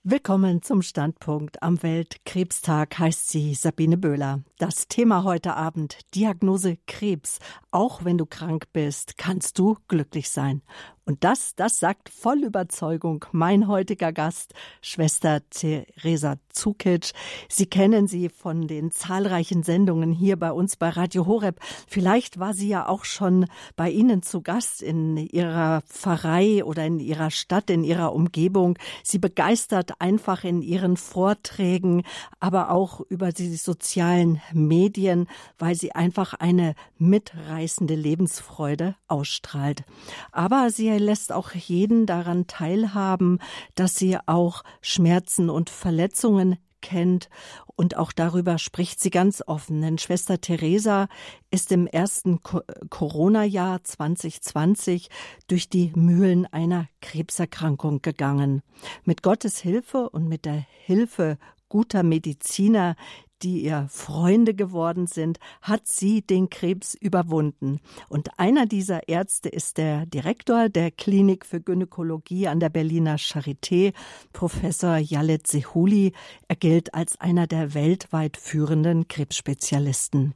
Willkommen zum Standpunkt. Am Weltkrebstag heißt sie Sabine Böhler. Das Thema heute Abend: Diagnose Krebs. Auch wenn du krank bist, kannst du glücklich sein. Und das sagt voll Überzeugung mein heutiger Gast, Schwester Teresa Cukic. Sie kennen sie von den zahlreichen Sendungen hier bei uns bei Radio Horeb. Vielleicht war sie ja auch schon bei Ihnen zu Gast in Ihrer Pfarrei oder in Ihrer Stadt, in Ihrer Umgebung. Sie begeistert einfach in ihren Vorträgen, aber auch über die sozialen Medien, weil sie einfach eine mitreißende Lebensfreude ausstrahlt. Aber sie lässt auch jeden daran teilhaben, dass sie auch Schmerzen und Verletzungen kennt, und auch darüber spricht sie ganz offen. Denn Schwester Teresa ist im ersten Corona-Jahr 2020 durch die Mühlen einer Krebserkrankung gegangen. Mit Gottes Hilfe und mit der Hilfe guter Mediziner, die ihr Freunde geworden sind, hat sie den Krebs überwunden. Und einer dieser Ärzte ist der Direktor der Klinik für Gynäkologie an der Berliner Charité, Professor Khaled Zehouli. Er gilt als einer der weltweit führenden Krebsspezialisten.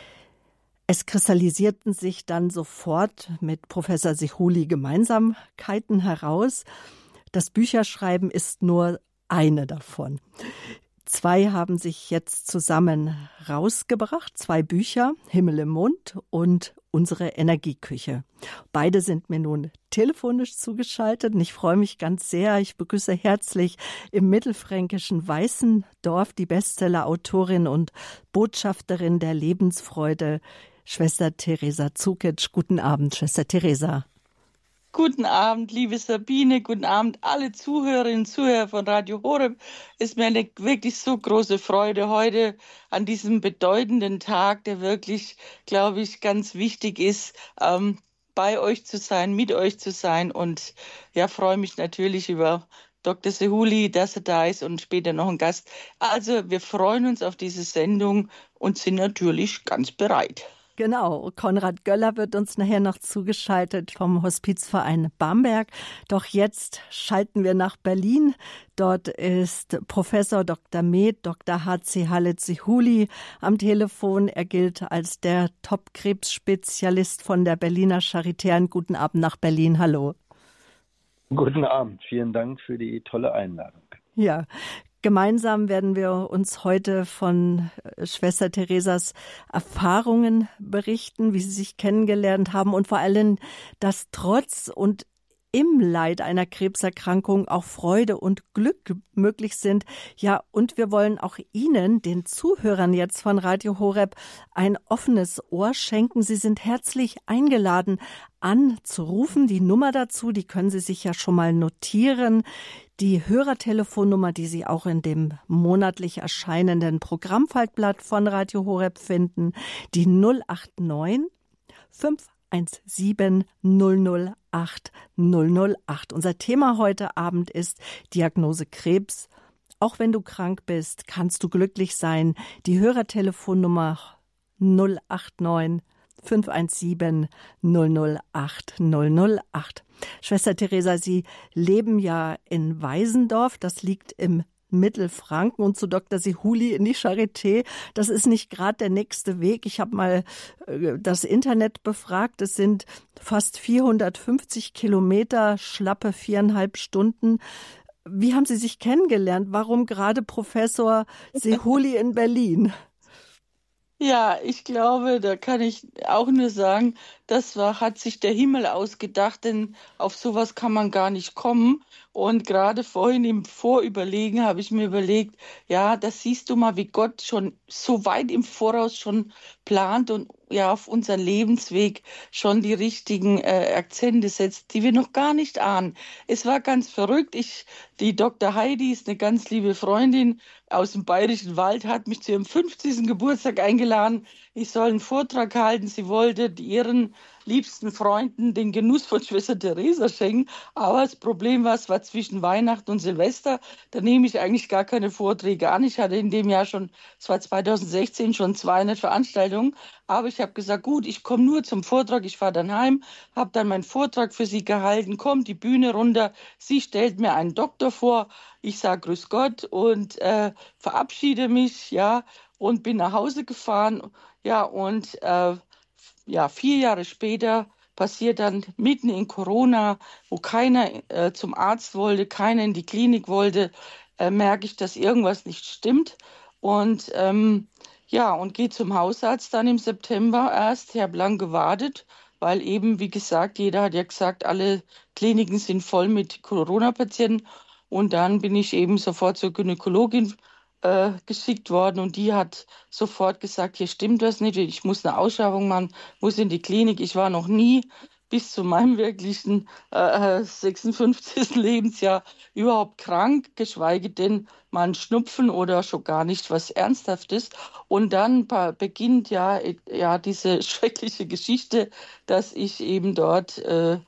Es kristallisierten sich dann sofort mit Professor Zehouli Gemeinsamkeiten heraus. Das Bücherschreiben ist nur eine davon. 2 haben sich jetzt zusammen rausgebracht, 2 Bücher, Himmel im Mund und Unsere Energieküche. Beide sind mir nun telefonisch zugeschaltet und ich freue mich ganz sehr. Ich begrüße herzlich im mittelfränkischen Weißendorf die Bestseller-Autorin und Botschafterin der Lebensfreude, Schwester Teresa Cukic. Guten Abend, Schwester Teresa. Guten Abend, liebe Sabine, guten Abend alle Zuhörerinnen und Zuhörer von Radio Horeb. Es ist mir eine wirklich so große Freude, heute an diesem bedeutenden Tag, der wirklich, glaube ich, ganz wichtig ist, bei euch zu sein, mit euch zu sein. Und ja, freue mich natürlich über Dr. Zehouli, dass er da ist, und später noch ein Gast. Also wir freuen uns auf diese Sendung und sind natürlich ganz bereit. Genau, Konrad Göller wird uns nachher noch zugeschaltet vom Hospizverein Bamberg. Doch jetzt schalten wir nach Berlin. Dort ist Professor Dr. Med. Dr. H.C. Khaled Zehouli am Telefon. Er gilt als der Top-Krebsspezialist von der Berliner Charité. Einen guten Abend nach Berlin. Hallo. Guten Abend. Vielen Dank für die tolle Einladung. Ja. Gemeinsam werden wir uns heute von Schwester Teresas Erfahrungen berichten, wie sie sich kennengelernt haben und vor allem, dass trotz und im Leid einer Krebserkrankung auch Freude und Glück möglich sind. Ja, und wir wollen auch Ihnen, den Zuhörern jetzt von Radio Horeb, ein offenes Ohr schenken. Sie sind herzlich eingeladen, anzurufen. Die Nummer dazu, die können Sie sich ja schon mal notieren. Die Hörertelefonnummer, die Sie auch in dem monatlich erscheinenden Programmfaltblatt von Radio Horeb finden, die 089 517 008 008. Unser Thema heute Abend ist Diagnose Krebs. Auch wenn du krank bist, kannst du glücklich sein. Die Hörertelefonnummer 089 517 008 008. Schwester Teresa, Sie leben ja in Weißendorf, das liegt im Mittelfranken, und zu Dr. Zehouli in die Charité. Das ist nicht gerade der nächste Weg. Ich habe mal das Internet befragt. Es sind fast 450 Kilometer, schlappe 4,5 Stunden. Wie haben Sie sich kennengelernt? Warum gerade Professor Zehouli in Berlin? Ja, ich glaube, da kann ich auch nur sagen, hat sich der Himmel ausgedacht, denn auf sowas kann man gar nicht kommen. Und gerade vorhin im Vorüberlegen habe ich mir überlegt, ja, das siehst du mal, wie Gott schon so weit im Voraus schon plant und ja auf unseren Lebensweg schon die richtigen Akzente setzt, die wir noch gar nicht ahnen. Es war ganz verrückt. Die Dr. Heidi ist eine ganz liebe Freundin aus dem Bayerischen Wald, hat mich zu ihrem 50. Geburtstag eingeladen. Ich soll einen Vortrag halten. Sie wollte ihren liebsten Freunden den Genuss von Schwester Theresa schenken. Aber das Problem war, es war zwischen Weihnachten und Silvester. Da nehme ich eigentlich gar keine Vorträge an. Ich hatte in dem Jahr schon, es war 2016, schon 200 Veranstaltungen. Aber ich habe gesagt, gut, ich komme nur zum Vortrag. Ich fahre dann heim, habe dann meinen Vortrag für sie gehalten, kommt die Bühne runter. Sie stellt mir einen Doktor vor. Ich sage Grüß Gott und verabschiede mich, ja, und bin nach Hause gefahren. Ja, und 4 Jahre später passiert dann mitten in Corona, wo keiner zum Arzt wollte, keiner in die Klinik wollte, merke ich, dass irgendwas nicht stimmt. Und und gehe zum Hausarzt dann im September erst. Ich habe lang gewartet, weil eben, wie gesagt, jeder hat ja gesagt, alle Kliniken sind voll mit Corona-Patienten. Und dann bin ich eben sofort zur Gynäkologin geschickt worden und die hat sofort gesagt, hier stimmt was nicht, ich muss eine Ausschreibung machen, muss in die Klinik. Ich war noch nie bis zu meinem wirklichen 56. Lebensjahr überhaupt krank, geschweige denn mal ein Schnupfen oder schon gar nicht was Ernsthaftes. Und dann beginnt diese schreckliche Geschichte, dass ich eben dort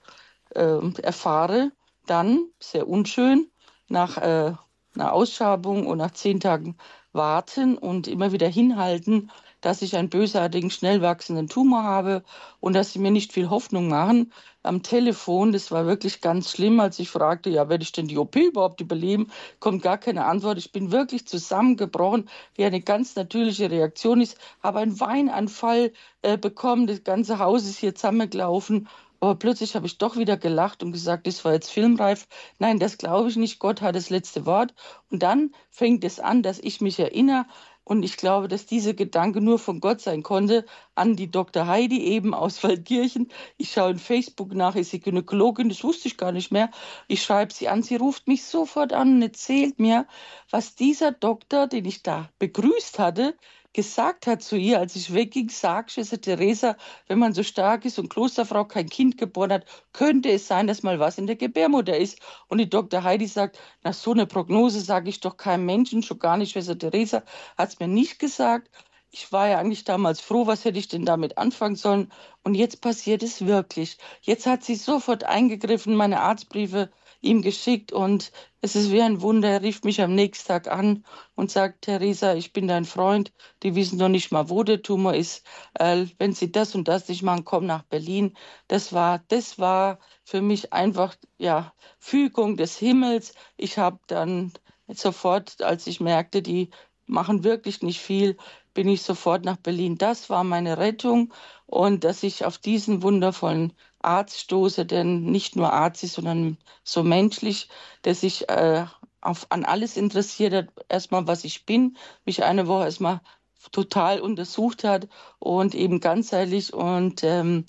erfahre, dann, sehr unschön, nach einer Ausschabung und nach 10 Tagen warten und immer wieder hinhalten, dass ich einen bösartigen, schnell wachsenden Tumor habe und dass sie mir nicht viel Hoffnung machen. Am Telefon, das war wirklich ganz schlimm, als ich fragte, ja, werde ich denn die OP überhaupt überleben? Kommt gar keine Antwort. Ich bin wirklich zusammengebrochen, wie eine ganz natürliche Reaktion ist, habe einen Weinanfall bekommen, das ganze Haus ist hier zusammengelaufen. Aber plötzlich habe ich doch wieder gelacht und gesagt, das war jetzt filmreif. Nein, das glaube ich nicht. Gott hat das letzte Wort. Und dann fängt es an, dass ich mich erinnere. Und ich glaube, dass dieser Gedanke nur von Gott sein konnte, an die Dr. Heidi eben aus Waldkirchen. Ich schaue in Facebook nach, ist sie Gynäkologin, das wusste ich gar nicht mehr. Ich schreibe sie an, sie ruft mich sofort an und erzählt mir, was dieser Doktor, den ich da begrüßt hatte, gesagt hat zu ihr, als ich wegging, sagt Schwester Theresa, wenn man so stark ist und Klosterfrau kein Kind geboren hat, könnte es sein, dass mal was in der Gebärmutter ist. Und die Dr. Heidi sagt, nach so einer Prognose sage ich doch keinem Menschen, schon gar nicht Schwester Theresa, hat es mir nicht gesagt. Ich war ja eigentlich damals froh, was hätte ich denn damit anfangen sollen. Und jetzt passiert es wirklich. Jetzt hat sie sofort eingegriffen, meine Arztbriefe ihm geschickt und es ist wie ein Wunder. Er rief mich am nächsten Tag an und sagt, Theresa, ich bin dein Freund. Die wissen noch nicht mal, wo der Tumor ist. Wenn sie das und das nicht machen, komm nach Berlin. Das war für mich einfach, ja, Fügung des Himmels. Ich habe dann sofort, als ich merkte, die machen wirklich nicht viel, bin ich sofort nach Berlin. Das war meine Rettung und dass ich auf diesen wundervollen Arzt stoße, der nicht nur Arzt ist, sondern so menschlich, der sich an alles interessiert hat. Erstmal, was ich bin, mich eine Woche erstmal total untersucht hat und eben ganzheitlich und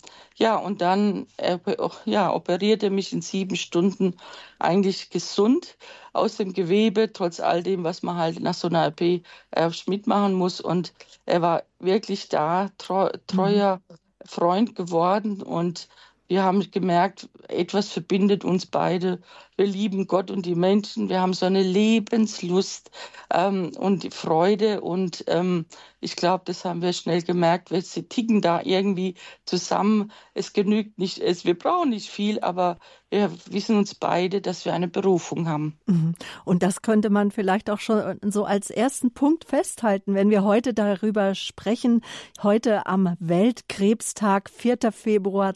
und dann operierte mich in 7 Stunden eigentlich gesund aus dem Gewebe, trotz all dem, was man halt nach so einer OP mitmachen muss. Und er war wirklich da, treuer Freund geworden und wir haben gemerkt, etwas verbindet uns beide. Wir lieben Gott und die Menschen. Wir haben so eine Lebenslust und die Freude. Und ich glaube, das haben wir schnell gemerkt. Wir ticken da irgendwie zusammen. Es genügt nicht, wir brauchen nicht viel, aber wir wissen uns beide, dass wir eine Berufung haben. Und das könnte man vielleicht auch schon so als ersten Punkt festhalten, wenn wir heute darüber sprechen. Heute am Weltkrebstag, 4. Februar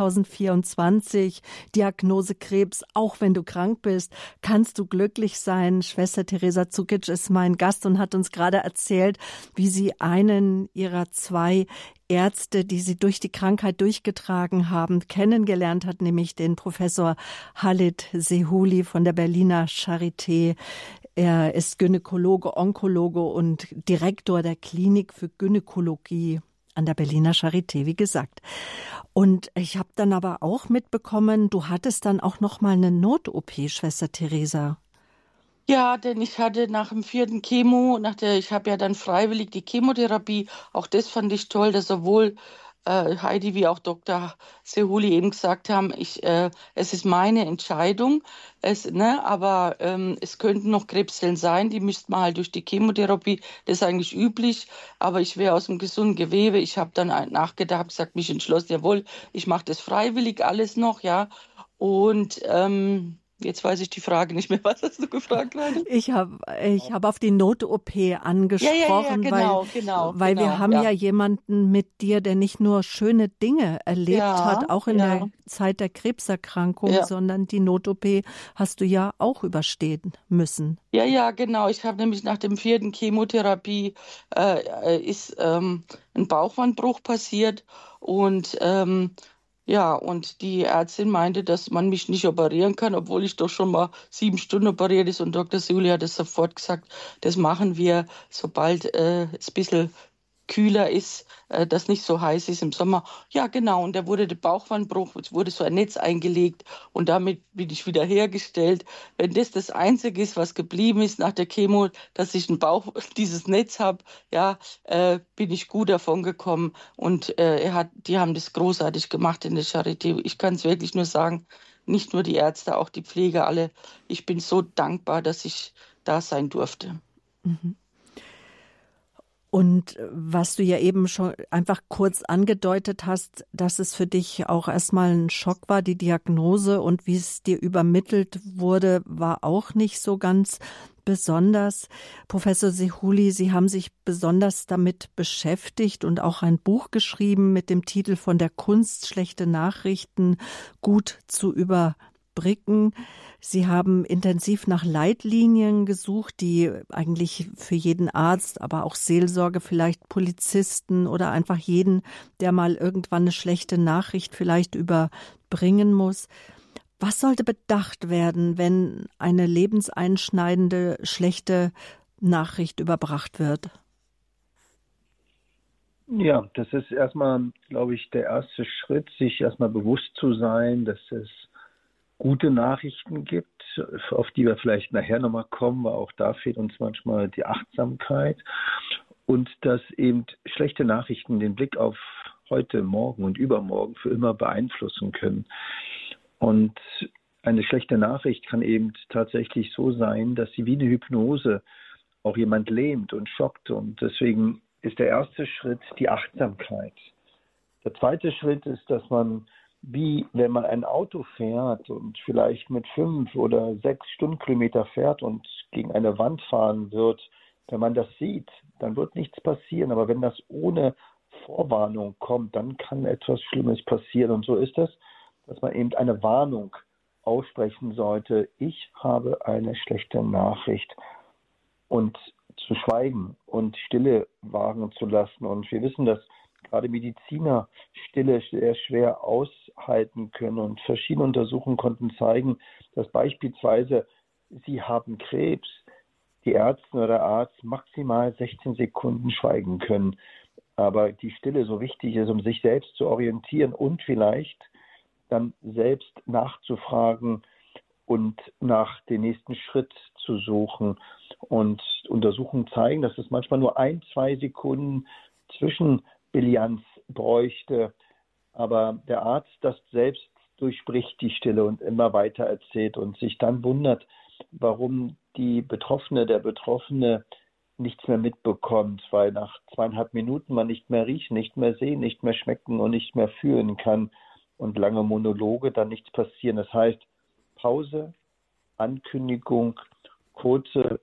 2024, Diagnose Krebs. Auch wenn du krank bist, kannst du glücklich sein. Schwester Theresa Cukic ist mein Gast und hat uns gerade erzählt, wie sie einen ihrer 2 Ärzte, die sie durch die Krankheit durchgetragen haben, kennengelernt hat, nämlich den Professor Halid Sehuli von der Berliner Charité. Er ist Gynäkologe, Onkologe und Direktor der Klinik für Gynäkologie an der Berliner Charité, wie gesagt. Und ich habe dann aber auch mitbekommen, du hattest dann auch noch mal eine Not-OP, Schwester Theresa. Ja, denn ich hatte nach dem 4. Chemo, ich habe ja dann freiwillig die Chemotherapie, auch das fand ich toll, dass sowohl Heidi, wie auch Dr. Sehuli eben gesagt haben, es ist meine Entscheidung, aber es könnten noch Krebszellen sein, die müsste man halt durch die Chemotherapie, das ist eigentlich üblich, aber ich wäre aus dem gesunden Gewebe. Ich habe dann nachgedacht, gesagt, mich entschlossen, jawohl, ich mache das freiwillig alles noch, ja. Und jetzt weiß ich die Frage nicht mehr. Was hast du gefragt gerade? Ich hab auf die Not-OP Ja, angesprochen, weil, weil wir genau, haben ja. ja jemanden mit dir, der nicht nur schöne Dinge erlebt Ja, hat, auch in ja, der Zeit der Krebserkrankung, ja. sondern die Not-OP hast du ja auch überstehen müssen. Ja, genau. Ich habe nämlich nach dem 4. Chemotherapie ist ein Bauchwandbruch passiert und und die Ärztin meinte, dass man mich nicht operieren kann, obwohl ich doch schon mal 7 Stunden operiert ist. Und Dr. Suli hat es sofort gesagt, das machen wir, sobald es ein bisschen kühler ist, das nicht so heiß ist im Sommer. Ja, genau. Und da wurde der Bauchwandbruch, es wurde so ein Netz eingelegt und damit bin ich wieder hergestellt. Wenn das Einzige ist, was geblieben ist nach der Chemo, dass ich dieses Netz habe, ja, bin ich gut davon gekommen. Und die haben das großartig gemacht in der Charité. Ich kann es wirklich nur sagen, nicht nur die Ärzte, auch die Pfleger, alle. Ich bin so dankbar, dass ich da sein durfte. Mhm. Und was du ja eben schon einfach kurz angedeutet hast, dass es für dich auch erstmal ein Schock war, die Diagnose und wie es dir übermittelt wurde, war auch nicht so ganz besonders. Professor Sehuli, Sie haben sich besonders damit beschäftigt und auch ein Buch geschrieben mit dem Titel Von der Kunst, schlechte Nachrichten gut zu überbrücken. Sie haben intensiv nach Leitlinien gesucht, die eigentlich für jeden Arzt, aber auch Seelsorge, vielleicht Polizisten oder einfach jeden, der mal irgendwann eine schlechte Nachricht vielleicht überbringen muss. Was sollte bedacht werden, wenn eine lebenseinschneidende schlechte Nachricht überbracht wird? Ja, das ist erstmal, glaube ich, der erste Schritt, sich erstmal bewusst zu sein, dass es gute Nachrichten gibt, auf die wir vielleicht nachher nochmal kommen, weil auch da fehlt uns manchmal die Achtsamkeit und dass eben schlechte Nachrichten den Blick auf heute, morgen und übermorgen für immer beeinflussen können. Und eine schlechte Nachricht kann eben tatsächlich so sein, dass sie wie eine Hypnose auch jemand lähmt und schockt. Und deswegen ist der erste Schritt die Achtsamkeit. Der zweite Schritt ist, dass man, wie wenn man ein Auto fährt und vielleicht mit 5 oder 6 Stundenkilometer fährt und gegen eine Wand fahren wird, wenn man das sieht, dann wird nichts passieren. Aber wenn das ohne Vorwarnung kommt, dann kann etwas Schlimmes passieren. Und so ist es, dass man eben eine Warnung aussprechen sollte. Ich habe eine schlechte Nachricht. Und zu schweigen und Stille wahren zu lassen. Und wir wissen, dass gerade Mediziner Stille sehr schwer aushalten können. Und verschiedene Untersuchungen konnten zeigen, dass beispielsweise sie haben Krebs, die Ärztin oder der Arzt maximal 16 Sekunden schweigen können. Aber die Stille so wichtig ist, um sich selbst zu orientieren und vielleicht dann selbst nachzufragen und nach dem nächsten Schritt zu suchen. Und Untersuchungen zeigen, dass es manchmal nur 1-2 Sekunden Zwischenbilanz bräuchte. Aber der Arzt das selbst durchbricht die Stille und immer weiter erzählt und sich dann wundert, warum die Betroffene, der Betroffene nichts mehr mitbekommt, weil nach 2,5 Minuten man nicht mehr riechen, nicht mehr sehen, nicht mehr schmecken und nicht mehr fühlen kann und lange Monologe dann nichts passieren. Das heißt, Pause, Ankündigung, kurze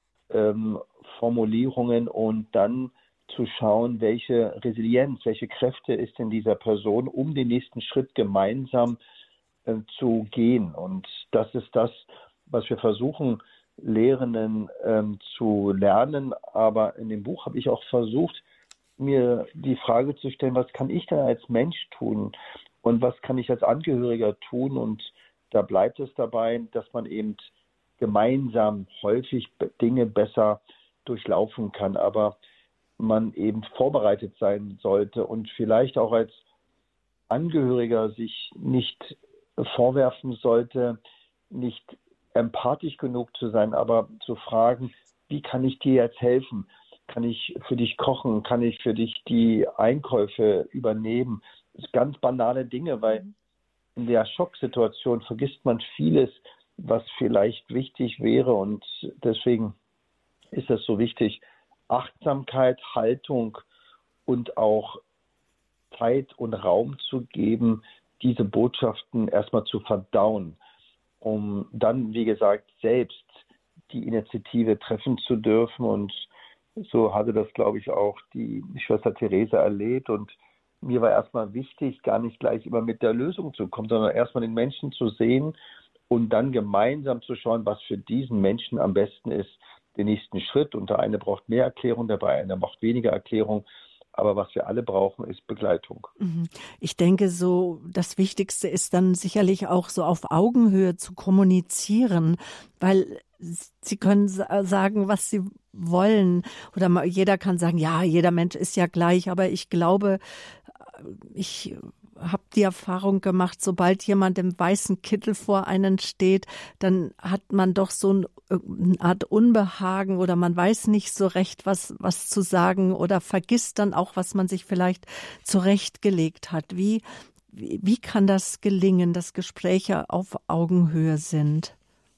Formulierungen und dann zu schauen, welche Resilienz, welche Kräfte ist in dieser Person, um den nächsten Schritt gemeinsam zu gehen. Und das ist das, was wir versuchen, Lehrenden zu lernen. Aber in dem Buch habe ich auch versucht, mir die Frage zu stellen, was kann ich denn als Mensch tun und was kann ich als Angehöriger tun? Und da bleibt es dabei, dass man eben gemeinsam häufig Dinge besser durchlaufen kann, aber man eben vorbereitet sein sollte und vielleicht auch als Angehöriger sich nicht vorwerfen sollte, nicht empathisch genug zu sein, aber zu fragen, wie kann ich dir jetzt helfen? kann ich für dich kochen, kann ich für dich die Einkäufe übernehmen. Das sind ganz banale Dinge, weil in der Schocksituation vergisst man vieles, was vielleicht wichtig wäre, und deswegen ist es so wichtig, Achtsamkeit, Haltung und auch Zeit und Raum zu geben, diese Botschaften erstmal zu verdauen, um dann, wie gesagt, selbst die Initiative treffen zu dürfen. Und so hatte das, glaube ich, auch die Schwester Therese erlebt. Und mir war erstmal wichtig, gar nicht gleich immer mit der Lösung zu kommen, sondern erstmal den Menschen zu sehen und dann gemeinsam zu schauen, was für diesen Menschen am besten ist, den nächsten Schritt. Und der eine braucht mehr Erklärung, der eine braucht weniger Erklärung. Aber was wir alle brauchen, ist Begleitung. Ich denke, so das Wichtigste ist dann sicherlich auch so auf Augenhöhe zu kommunizieren, weil Sie können sagen, was Sie wollen. Oder jeder kann sagen, ja, jeder Mensch ist ja gleich. Aber ich glaube, ich habe die Erfahrung gemacht, sobald jemand im weißen Kittel vor einen steht, dann hat man doch so eine Art Unbehagen oder man weiß nicht so recht, was zu sagen oder vergisst dann auch, was man sich vielleicht zurechtgelegt hat. Wie kann das gelingen, dass Gespräche auf Augenhöhe sind?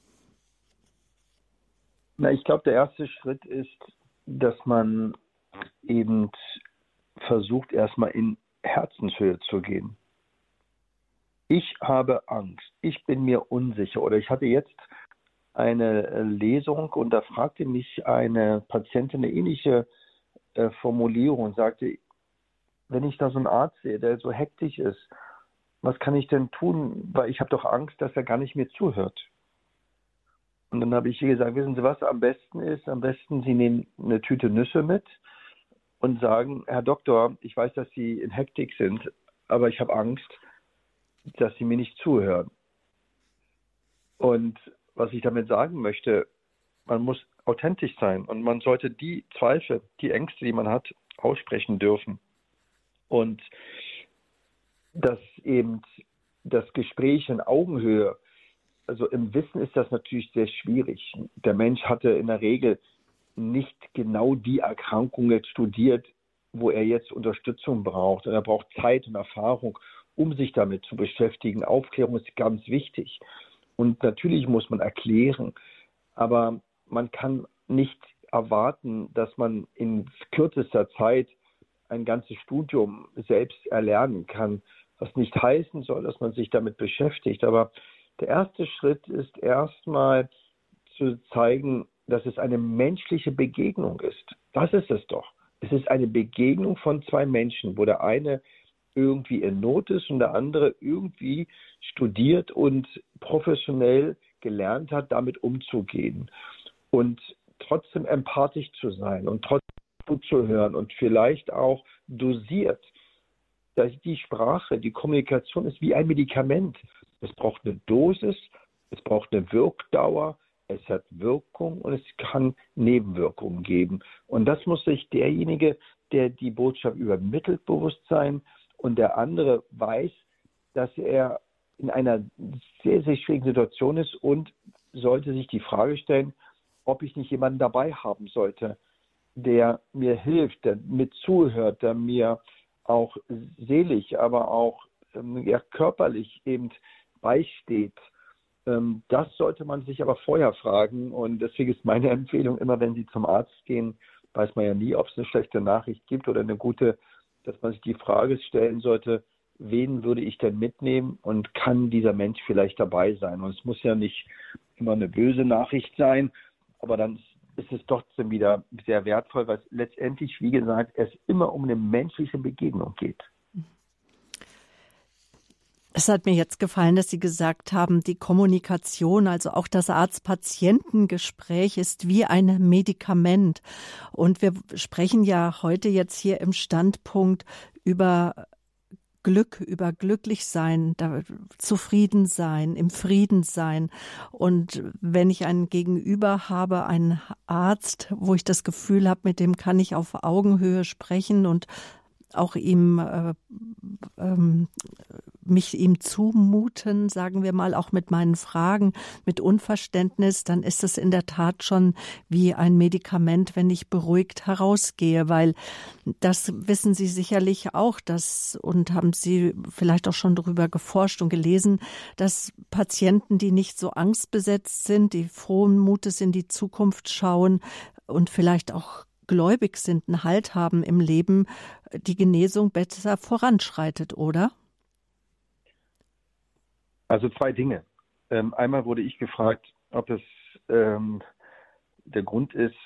Na, ich glaube, der erste Schritt ist, dass man eben versucht, erstmal in Herzenshöhe zu gehen. Ich habe Angst, ich bin mir unsicher, oder ich hatte jetzt eine Lesung und da fragte mich eine Patientin eine ähnliche Formulierung und sagte, wenn ich da so einen Arzt sehe, der so hektisch ist, was kann ich denn tun, weil ich habe doch Angst, dass er gar nicht mir zuhört. Und dann habe ich ihr gesagt, wissen Sie, was am besten ist? Am besten, Sie nehmen eine Tüte Nüsse mit und sagen, Herr Doktor, ich weiß, dass Sie in Hektik sind, aber ich habe Angst, dass Sie mir nicht zuhören. Und was ich damit sagen möchte, man muss authentisch sein und man sollte die Zweifel, die Ängste, die man hat, aussprechen dürfen. Und dass eben das Gespräch in Augenhöhe, also im Wissen ist das natürlich sehr schwierig. Der Mensch hatte in der Regel nicht genau die Erkrankung jetzt studiert, wo er jetzt Unterstützung braucht. Und er braucht Zeit und Erfahrung, um sich damit zu beschäftigen. Aufklärung ist ganz wichtig. Und natürlich muss man erklären, aber man kann nicht erwarten, dass man in kürzester Zeit ein ganzes Studium selbst erlernen kann, was nicht heißen soll, dass man sich damit beschäftigt. Aber der erste Schritt ist erstmal zu zeigen, dass es eine menschliche Begegnung ist. Das ist es doch. Es ist eine Begegnung von zwei Menschen, wo der eine irgendwie in Not ist und der andere irgendwie studiert und professionell gelernt hat, damit umzugehen. Und trotzdem empathisch zu sein und trotzdem gut zu hören und vielleicht auch dosiert. Die Sprache, die Kommunikation ist wie ein Medikament. Es braucht eine Dosis, es braucht eine Wirkdauer, es hat Wirkung und es kann Nebenwirkungen geben. Und das muss sich derjenige, der die Botschaft übermittelt, bewusst sein, und der andere weiß, dass er in einer sehr, sehr schwierigen Situation ist und sollte sich die Frage stellen, ob ich nicht jemanden dabei haben sollte, der mir hilft, der mir zuhört, der mir auch seelisch, aber auch körperlich eben beisteht. Das sollte man sich aber vorher fragen. Und deswegen ist meine Empfehlung immer, wenn Sie zum Arzt gehen, weiß man ja nie, ob es eine schlechte Nachricht gibt oder eine gute, dass man sich die Frage stellen sollte, wen würde ich denn mitnehmen und kann dieser Mensch vielleicht dabei sein? Und es muss ja nicht immer eine böse Nachricht sein, aber dann ist es trotzdem wieder sehr wertvoll, weil es letztendlich, wie gesagt, es immer um eine menschliche Begegnung geht. Es hat mir jetzt gefallen, dass Sie gesagt haben, die Kommunikation, also auch das Arzt-Patienten-Gespräch ist wie ein Medikament. Und wir sprechen ja heute jetzt hier im Standpunkt über Glück, über Glücklichsein, zufrieden sein, im Frieden sein. Und wenn ich einen Gegenüber habe, einen Arzt, wo ich das Gefühl habe, mit dem kann ich auf Augenhöhe sprechen und auch ihm mich ihm zumuten, sagen wir mal, auch mit meinen Fragen, mit Unverständnis, dann ist es in der Tat schon wie ein Medikament, wenn ich beruhigt herausgehe, weil das wissen Sie sicherlich auch, und haben Sie vielleicht auch schon darüber geforscht und gelesen, dass Patienten, die nicht so angstbesetzt sind, die frohen Mutes in die Zukunft schauen und vielleicht auch gläubig sind, einen Halt haben im Leben, die Genesung besser voranschreitet, oder? Also 2 Dinge. Einmal wurde ich gefragt, ob es der Grund ist,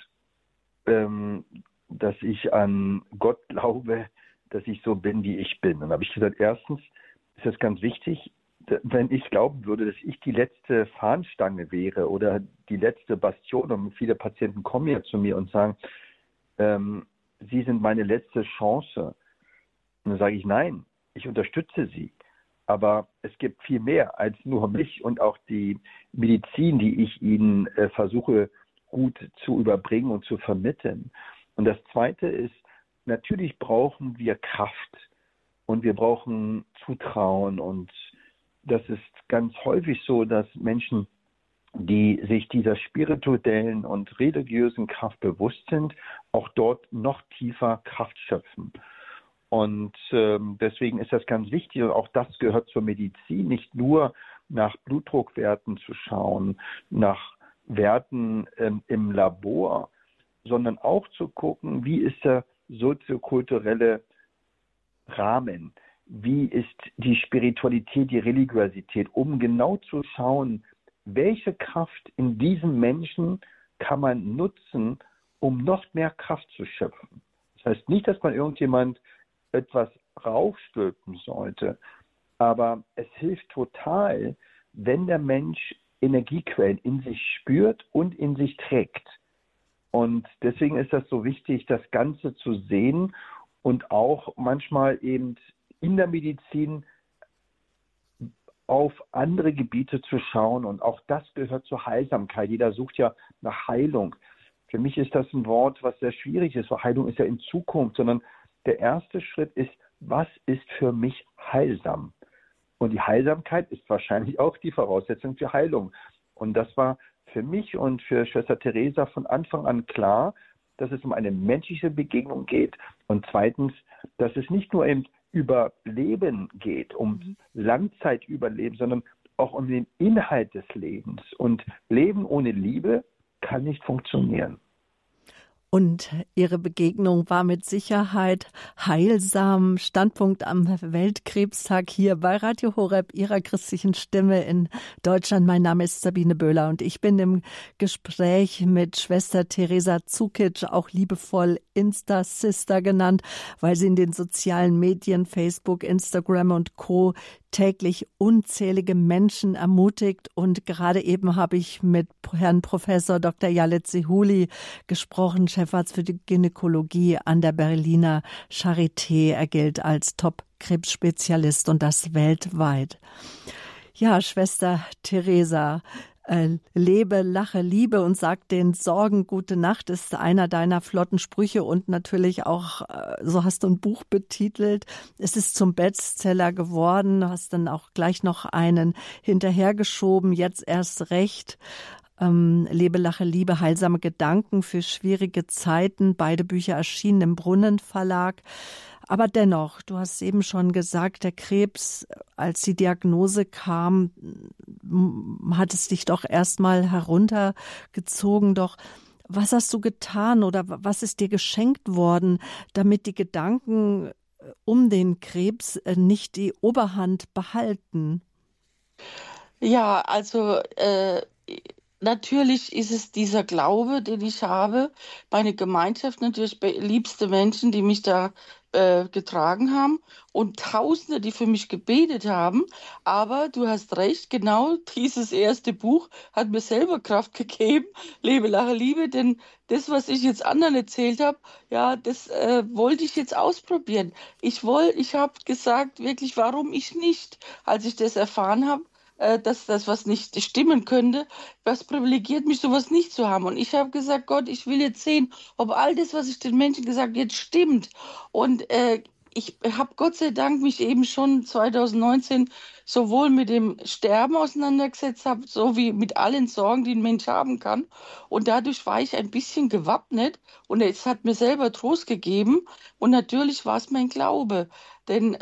dass ich an Gott glaube, dass ich so bin, wie ich bin. Und da habe ich gesagt, erstens ist es ganz wichtig, wenn ich glauben würde, dass ich die letzte Fahnenstange wäre oder die letzte Bastion, und viele Patienten kommen ja zu mir und sagen, Sie sind meine letzte Chance. Und dann sage ich, nein, ich unterstütze Sie. Aber es gibt viel mehr als nur mich und auch die Medizin, die ich Ihnen versuche gut zu überbringen und zu vermitteln. Und das Zweite ist, natürlich brauchen wir Kraft und wir brauchen Zutrauen. Und das ist ganz häufig so, dass Menschen, die sich dieser spirituellen und religiösen Kraft bewusst sind, auch dort noch tiefer Kraft schöpfen. Und deswegen ist das ganz wichtig, und auch das gehört zur Medizin, nicht nur nach Blutdruckwerten zu schauen, nach Werten im Labor, sondern auch zu gucken, wie ist der soziokulturelle Rahmen, wie ist die Spiritualität, die Religiosität, um genau zu schauen, welche Kraft in diesem Menschen kann man nutzen, um noch mehr Kraft zu schöpfen. Das heißt nicht, dass man irgendjemand etwas raufstülpen sollte, aber es hilft total, wenn der Mensch Energiequellen in sich spürt und in sich trägt. Und deswegen ist das so wichtig, das Ganze zu sehen und auch manchmal eben in der Medizin auf andere Gebiete zu schauen. Und auch das gehört zur Heilsamkeit. Jeder sucht ja nach Heilung. Für mich ist das ein Wort, was sehr schwierig ist, weil Heilung ist ja in Zukunft, sondern der erste Schritt ist, was ist für mich heilsam? Und die Heilsamkeit ist wahrscheinlich auch die Voraussetzung für Heilung. Und das war für mich und für Schwester Teresa von Anfang an klar, dass es um eine menschliche Begegnung geht. Und zweitens, dass es nicht nur um Überleben geht, um Langzeitüberleben, sondern auch um den Inhalt des Lebens. Und Leben ohne Liebe kann nicht funktionieren. Und Ihre Begegnung war mit Sicherheit heilsam. Standpunkt am Weltkrebstag hier bei Radio Horeb, Ihrer christlichen Stimme in Deutschland. Mein Name ist Sabine Böhler und ich bin im Gespräch mit Schwester Teresa Cukic, auch liebevoll Insta-Sister genannt, weil sie in den sozialen Medien, Facebook, Instagram und Co. täglich unzählige Menschen ermutigt. Und gerade eben habe ich mit Herrn Professor Dr. Yalit Zehuli gesprochen, Chefarzt für die Gynäkologie an der Berliner Charité. Er gilt als Top-Krebsspezialist und das weltweit. Ja, Schwester Teresa, lebe, lache, liebe und sag den Sorgen gute Nacht ist einer deiner flotten Sprüche und natürlich auch, so hast du ein Buch betitelt. Es ist zum Bestseller geworden. Du hast dann auch gleich noch einen hinterhergeschoben, jetzt erst recht. Lebe, lache, liebe, heilsame Gedanken für schwierige Zeiten. Beide Bücher erschienen im Brunnen Verlag. Aber dennoch, du hast eben schon gesagt, der Krebs, als die Diagnose kam, hat es dich doch erstmal heruntergezogen. Doch was hast du getan oder was ist dir geschenkt worden, damit die Gedanken um den Krebs nicht die Oberhand behalten? Ja, also natürlich ist es dieser Glaube, den ich habe, meine Gemeinschaft, natürlich liebste Menschen, die mich da getragen haben und Tausende, die für mich gebetet haben. Aber du hast recht, genau dieses erste Buch hat mir selber Kraft gegeben. Lebe, lache, liebe, denn das, was ich jetzt anderen erzählt habe, ja, das wollte ich jetzt ausprobieren. Ich habe gesagt, wirklich, warum ich nicht, als ich das erfahren habe, dass das was nicht stimmen könnte, was privilegiert mich, sowas nicht zu haben. Und ich habe gesagt, Gott, ich will jetzt sehen, ob all das, was ich den Menschen gesagt habe, jetzt stimmt. Und ich habe Gott sei Dank mich eben schon 2019 sowohl mit dem Sterben auseinandergesetzt, habe, so wie mit allen Sorgen, die ein Mensch haben kann. Und dadurch war ich ein bisschen gewappnet und es hat mir selber Trost gegeben. Und natürlich war es mein Glaube. Denn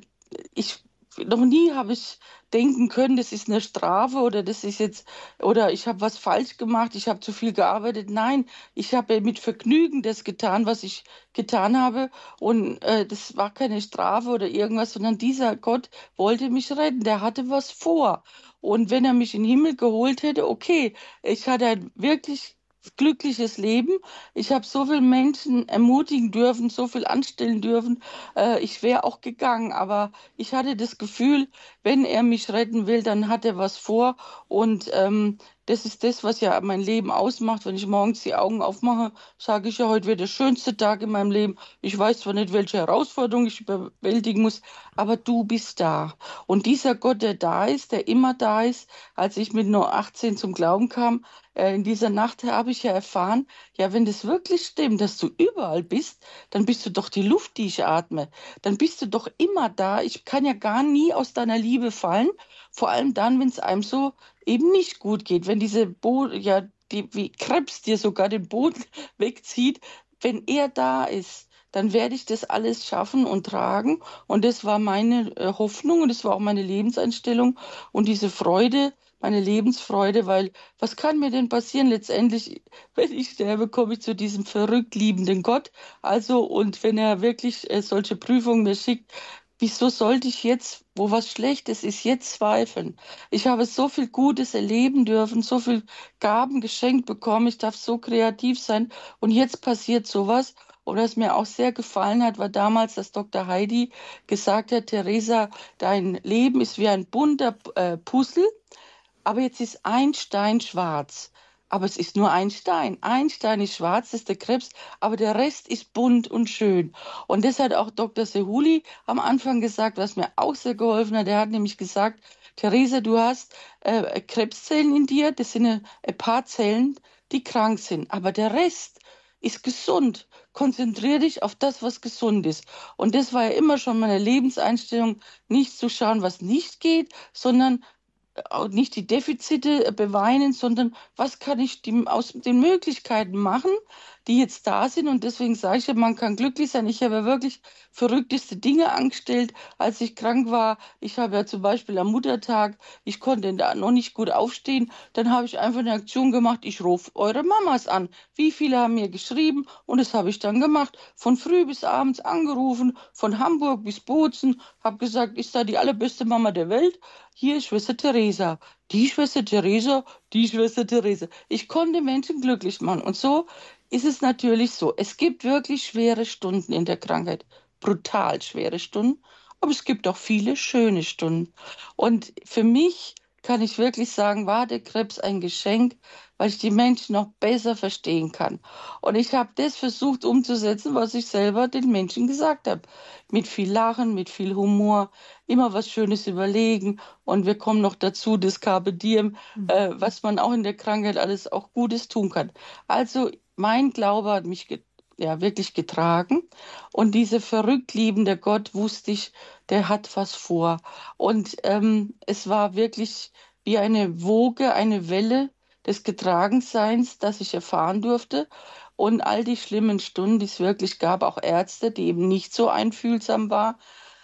ich noch nie habe ich denken können, das ist eine Strafe oder das ist jetzt, oder ich habe was falsch gemacht, ich habe zu viel gearbeitet. Nein, ich habe mit Vergnügen das getan, was ich getan habe. Und das war keine Strafe oder irgendwas, sondern dieser Gott wollte mich retten. Der hatte was vor. Und wenn er mich in den Himmel geholt hätte, okay, ich hatte ein wirklich glückliches Leben. Ich habe so viele Menschen ermutigen dürfen, so viel anstellen dürfen. Ich wäre auch gegangen, aber ich hatte das Gefühl, wenn er mich retten will, dann hat er was vor. Und das ist das, was ja mein Leben ausmacht. Wenn ich morgens die Augen aufmache, sage ich ja, heute wird der schönste Tag in meinem Leben. Ich weiß zwar nicht, welche Herausforderung ich überwältigen muss, aber du bist da. Und dieser Gott, der da ist, der immer da ist, als ich mit nur 18 zum Glauben kam, in dieser Nacht habe ich ja erfahren, ja, wenn das wirklich stimmt, dass du überall bist, dann bist du doch die Luft, die ich atme. Dann bist du doch immer da. Ich kann ja gar nie aus deiner Liebe fallen. Vor allem dann, wenn es einem so eben nicht gut geht, wenn diese ja, wie Krebs dir sogar den Boden wegzieht, wenn er da ist, dann werde ich das alles schaffen und tragen. Und das war meine Hoffnung und das war auch meine Lebenseinstellung und diese Freude, meine Lebensfreude, weil was kann mir denn passieren letztendlich, wenn ich sterbe, komme ich zu diesem verrückt liebenden Gott. Also, und wenn er wirklich solche Prüfungen mir schickt, wieso sollte ich jetzt, wo was Schlechtes ist, jetzt zweifeln? Ich habe so viel Gutes erleben dürfen, so viel Gaben geschenkt bekommen, ich darf so kreativ sein und jetzt passiert sowas. Und was mir auch sehr gefallen hat, war damals, dass Dr. Heidi gesagt hat, Theresa, dein Leben ist wie ein bunter Puzzle, aber jetzt ist ein Stein schwarz. Aber es ist nur ein Stein. Ein Stein ist schwarz, das ist der Krebs, aber der Rest ist bunt und schön. Und das hat auch Dr. Sehuli am Anfang gesagt, was mir auch sehr geholfen hat. Er hat nämlich gesagt, Theresa, du hast Krebszellen in dir, das sind ein paar Zellen, die krank sind, aber der Rest ist gesund. Konzentriere dich auf das, was gesund ist. Und das war ja immer schon meine Lebenseinstellung, nicht zu schauen, was nicht geht, sondern auch nicht die Defizite beweinen, sondern was kann ich aus den Möglichkeiten machen, die jetzt da sind. Und deswegen sage ich ja, man kann glücklich sein. Ich habe ja wirklich verrückteste Dinge angestellt, als ich krank war. Ich habe ja zum Beispiel am Muttertag, ich konnte da noch nicht gut aufstehen. Dann habe ich einfach eine Aktion gemacht, ich rufe eure Mamas an. Wie viele haben mir geschrieben? Und das habe ich dann gemacht. Von früh bis abends angerufen, von Hamburg bis Bozen, habe gesagt, ist da die allerbeste Mama der Welt? Hier ist Schwester Theresa, die Schwester Theresa, die Schwester Theresa. Ich konnte Menschen glücklich machen. Und so ist es natürlich so. Es gibt wirklich schwere Stunden in der Krankheit, brutal schwere Stunden, aber es gibt auch viele schöne Stunden. Und für mich kann ich wirklich sagen, war der Krebs ein Geschenk, weil ich die Menschen noch besser verstehen kann. Und ich habe das versucht umzusetzen, was ich selber den Menschen gesagt habe. Mit viel Lachen, mit viel Humor, immer was Schönes überlegen. Und wir kommen noch dazu, das Carpe Diem, was man auch in der Krankheit alles auch Gutes tun kann. Also mein Glaube hat mich ja, wirklich getragen. Und dieser verrückt liebende Gott, wusste ich, der hat was vor. Und es war wirklich wie eine Woge, eine Welle des Getragenseins, das ich erfahren durfte. Und all die schlimmen Stunden, die es wirklich gab, auch Ärzte, die eben nicht so einfühlsam waren,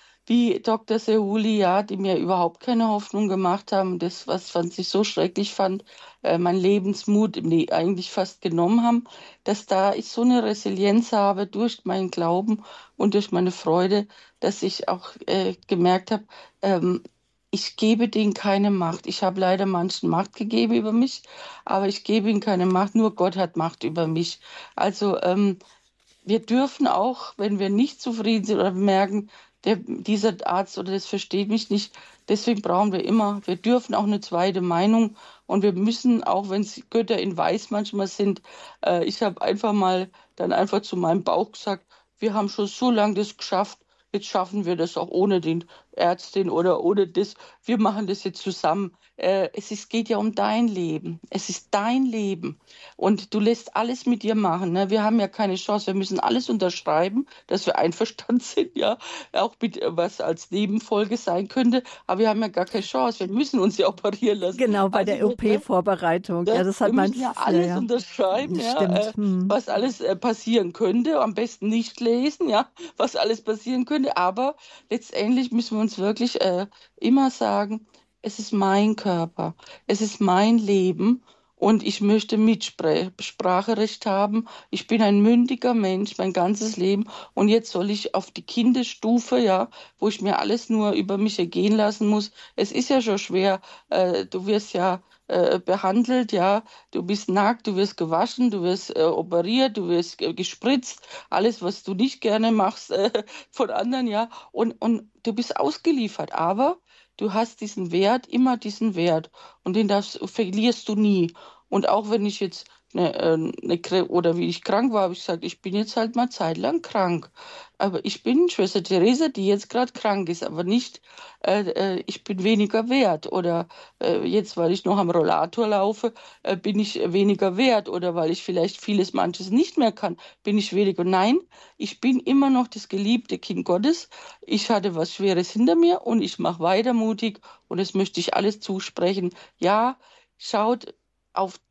wie Dr. Sehuli, ja, die mir überhaupt keine Hoffnung gemacht haben. Das, was ich so schrecklich fand, mein Lebensmut eigentlich fast genommen haben, dass da ich so eine Resilienz habe durch meinen Glauben und durch meine Freude, dass ich auch gemerkt habe, ich gebe denen keine Macht. Ich habe leider manchen Macht gegeben über mich, aber ich gebe ihnen keine Macht. Nur Gott hat Macht über mich. Also wir dürfen auch, wenn wir nicht zufrieden sind oder merken, dieser Arzt oder das versteht mich nicht, deswegen brauchen wir dürfen auch eine zweite Meinung und wir müssen, auch wenn es Götter in Weiß manchmal sind, ich habe einfach mal dann einfach zu meinem Bauch gesagt, wir haben schon so lange das geschafft, jetzt schaffen wir das auch ohne den Ärztin oder ohne das. Wir machen das jetzt zusammen. Geht ja um dein Leben. Es ist dein Leben. Und du lässt alles mit dir machen. Ne? Wir haben ja keine Chance. Wir müssen alles unterschreiben, dass wir einverstanden sind, ja. Auch mit was als Nebenfolge sein könnte. Aber wir haben ja gar keine Chance. Wir müssen uns ja operieren lassen. Genau, bei der OP-Vorbereitung. Ja, das hat wir müssen ja alles unterschreiben, Stimmt. Was alles passieren könnte. Am besten nicht lesen, ja, was alles passieren könnte. Aber letztendlich müssen wir uns wirklich immer sagen, es ist mein Körper, es ist mein Leben und ich möchte Mitspracherecht haben. Ich bin ein mündiger Mensch, mein ganzes Leben und jetzt soll ich auf die Kindesstufe, ja, wo ich mir alles nur über mich ergehen lassen muss. Es ist ja schon schwer, du wirst ja behandelt, ja, du bist nackt, du wirst gewaschen, du wirst operiert, du wirst gespritzt, alles, was du nicht gerne machst von anderen, ja, und du bist ausgeliefert, aber du hast diesen Wert, immer diesen Wert und verlierst du nie. Und auch wenn ich jetzt oder wie ich krank war, habe ich gesagt, ich bin jetzt halt mal zeitlang krank. Aber ich bin Schwester Theresa, die jetzt gerade krank ist, aber nicht, ich bin weniger wert. Oder jetzt, weil ich noch am Rollator laufe, bin ich weniger wert. Oder weil ich vielleicht manches nicht mehr kann, bin ich weniger. Nein, ich bin immer noch das geliebte Kind Gottes. Ich hatte was Schweres hinter mir und ich mache weiter mutig und das möchte ich alles zusprechen. Ja, schaut auf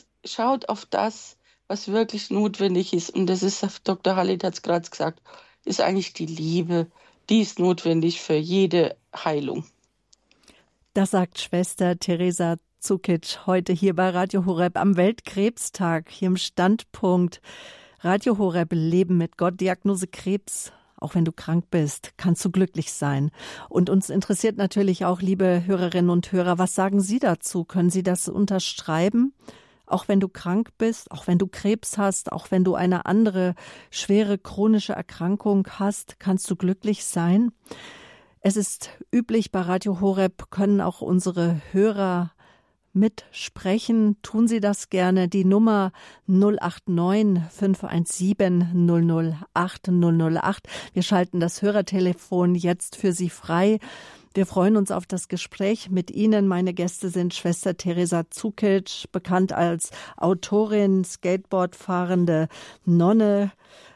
das, was wirklich notwendig ist. Und das ist, Dr. Halid hat es gerade gesagt, ist eigentlich die Liebe. Die ist notwendig für jede Heilung. Das sagt Schwester Theresa Zukic heute hier bei Radio Horeb am Weltkrebstag, hier im Standpunkt. Radio Horeb, Leben mit Gott, Diagnose Krebs. Auch wenn du krank bist, kannst du glücklich sein. Und uns interessiert natürlich auch, liebe Hörerinnen und Hörer, was sagen Sie dazu? Können Sie das unterschreiben? Auch wenn du krank bist, auch wenn du Krebs hast, auch wenn du eine andere schwere chronische Erkrankung hast, kannst du glücklich sein? Es ist üblich, bei Radio Horeb können auch unsere Hörer mitsprechen. Tun Sie das gerne. Die Nummer 089 517 008 008. Wir schalten das Hörertelefon jetzt für Sie frei. Wir freuen uns auf das Gespräch mit Ihnen. Meine Gäste sind Schwester Theresa Zukic, bekannt als Autorin, Skateboardfahrende Nonne.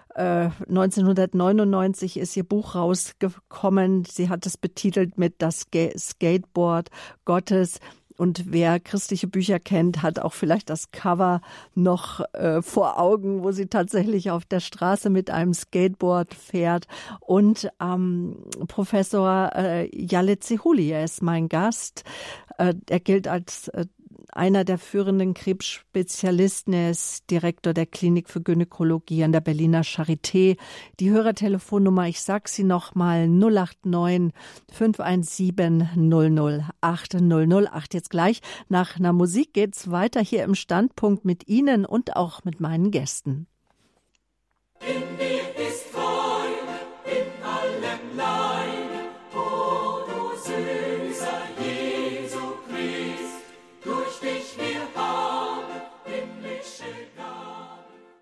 1999 ist ihr Buch rausgekommen. Sie hat es betitelt mit Das Skateboard Gottes. Und wer christliche Bücher kennt, hat auch vielleicht das Cover noch vor Augen, wo sie tatsächlich auf der Straße mit einem Skateboard fährt. Und Professor Yalit Zihuli, er ist mein Gast. Er gilt als einer der führenden Krebsspezialisten. Er ist Direktor der Klinik für Gynäkologie an der Berliner Charité. Die Hörertelefonnummer, ich sage sie nochmal, 089 517 008 008. Jetzt gleich nach einer Musik geht's weiter hier im Standpunkt mit Ihnen und auch mit meinen Gästen. In dir ist Freude, in allem Leid, o du süßer Jesu Christ, durch dich wir haben himmlische Gaben.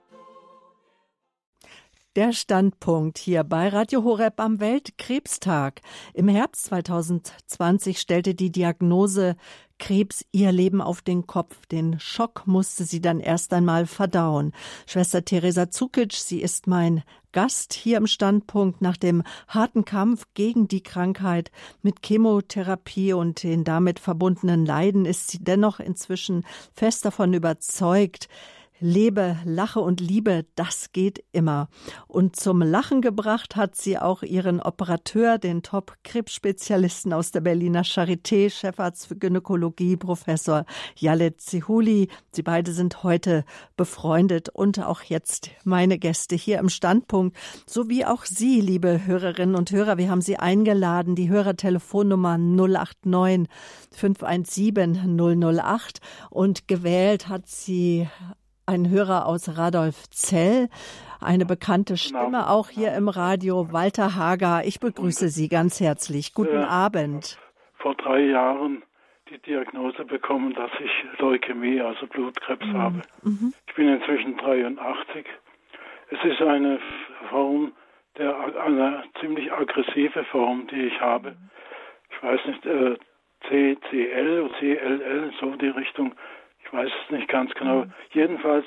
Der Standpunkt hier bei Radio Horeb am Weltkrebstag. Im Herbst 2020 stellte die Diagnose Krebs ihr Leben auf den Kopf. Den Schock musste sie dann erst einmal verdauen. Schwester Theresa Zukic, sie ist mein Gast hier im Standpunkt. Nach dem harten Kampf gegen die Krankheit mit Chemotherapie und den damit verbundenen Leiden ist sie dennoch inzwischen fest davon überzeugt, lebe, lache und liebe, das geht immer. Und zum Lachen gebracht hat sie auch ihren Operateur, den Top-Krebsspezialisten aus der Berliner Charité, Chefarzt für Gynäkologie, Professor Yalit Zihuli. Sie beide sind heute befreundet und auch jetzt meine Gäste hier im Standpunkt, sowie auch Sie, liebe Hörerinnen und Hörer. Wir haben Sie eingeladen, die Hörertelefonnummer 089 517 008 und gewählt hat sie ein Hörer aus Radolfzell, eine bekannte Stimme auch hier im Radio, Walter Hager. Ich begrüße Sie ganz herzlich. Guten Abend. Vor 3 Jahren die Diagnose bekommen, dass ich Leukämie, also Blutkrebs habe. Ich bin inzwischen 83. Es ist eine Form eine ziemlich aggressive Form, die ich habe. Ich weiß nicht, CCL oder CLL, so die Richtung. Ich weiß es nicht ganz genau. Jedenfalls,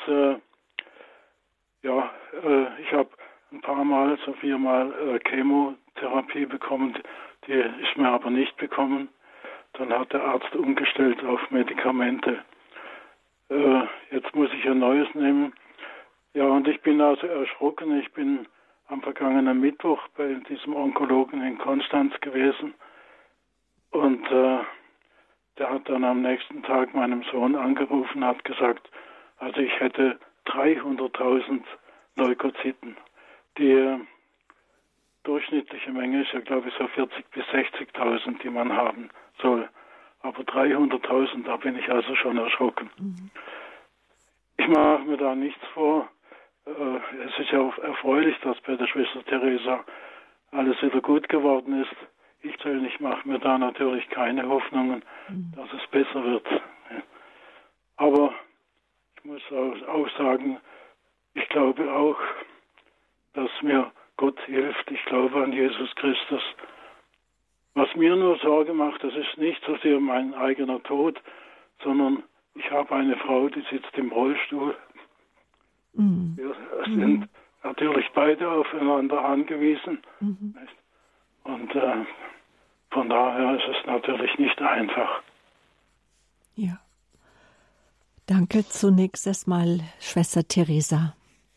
ich habe ein paar Mal, so 4-mal Chemotherapie bekommen. Die ist mir aber nicht bekommen. Dann hat der Arzt umgestellt auf Medikamente. Jetzt muss ich ein neues nehmen. Ja, und ich bin also erschrocken. Ich bin am vergangenen Mittwoch bei diesem Onkologen in Konstanz gewesen. Und der hat dann am nächsten Tag meinem Sohn angerufen, hat gesagt, also ich hätte 300.000 Leukozyten. Die durchschnittliche Menge ist ja, glaube ich, so 40.000 bis 60.000, die man haben soll. Aber 300.000, da bin ich also schon erschrocken. Ich mache mir da nichts vor. Es ist ja auch erfreulich, dass bei der Schwester Teresa alles wieder gut geworden ist. Ich persönlich mache mir da natürlich keine Hoffnungen, dass es besser wird. Aber ich muss auch sagen, ich glaube auch, dass mir Gott hilft. Ich glaube an Jesus Christus. Was mir nur Sorge macht, das ist nicht so sehr mein eigener Tod, sondern ich habe eine Frau, die sitzt im Rollstuhl. Wir sind natürlich beide aufeinander angewiesen. Und von daher ist es natürlich nicht einfach. Ja. Danke zunächst erstmal, Schwester Teresa.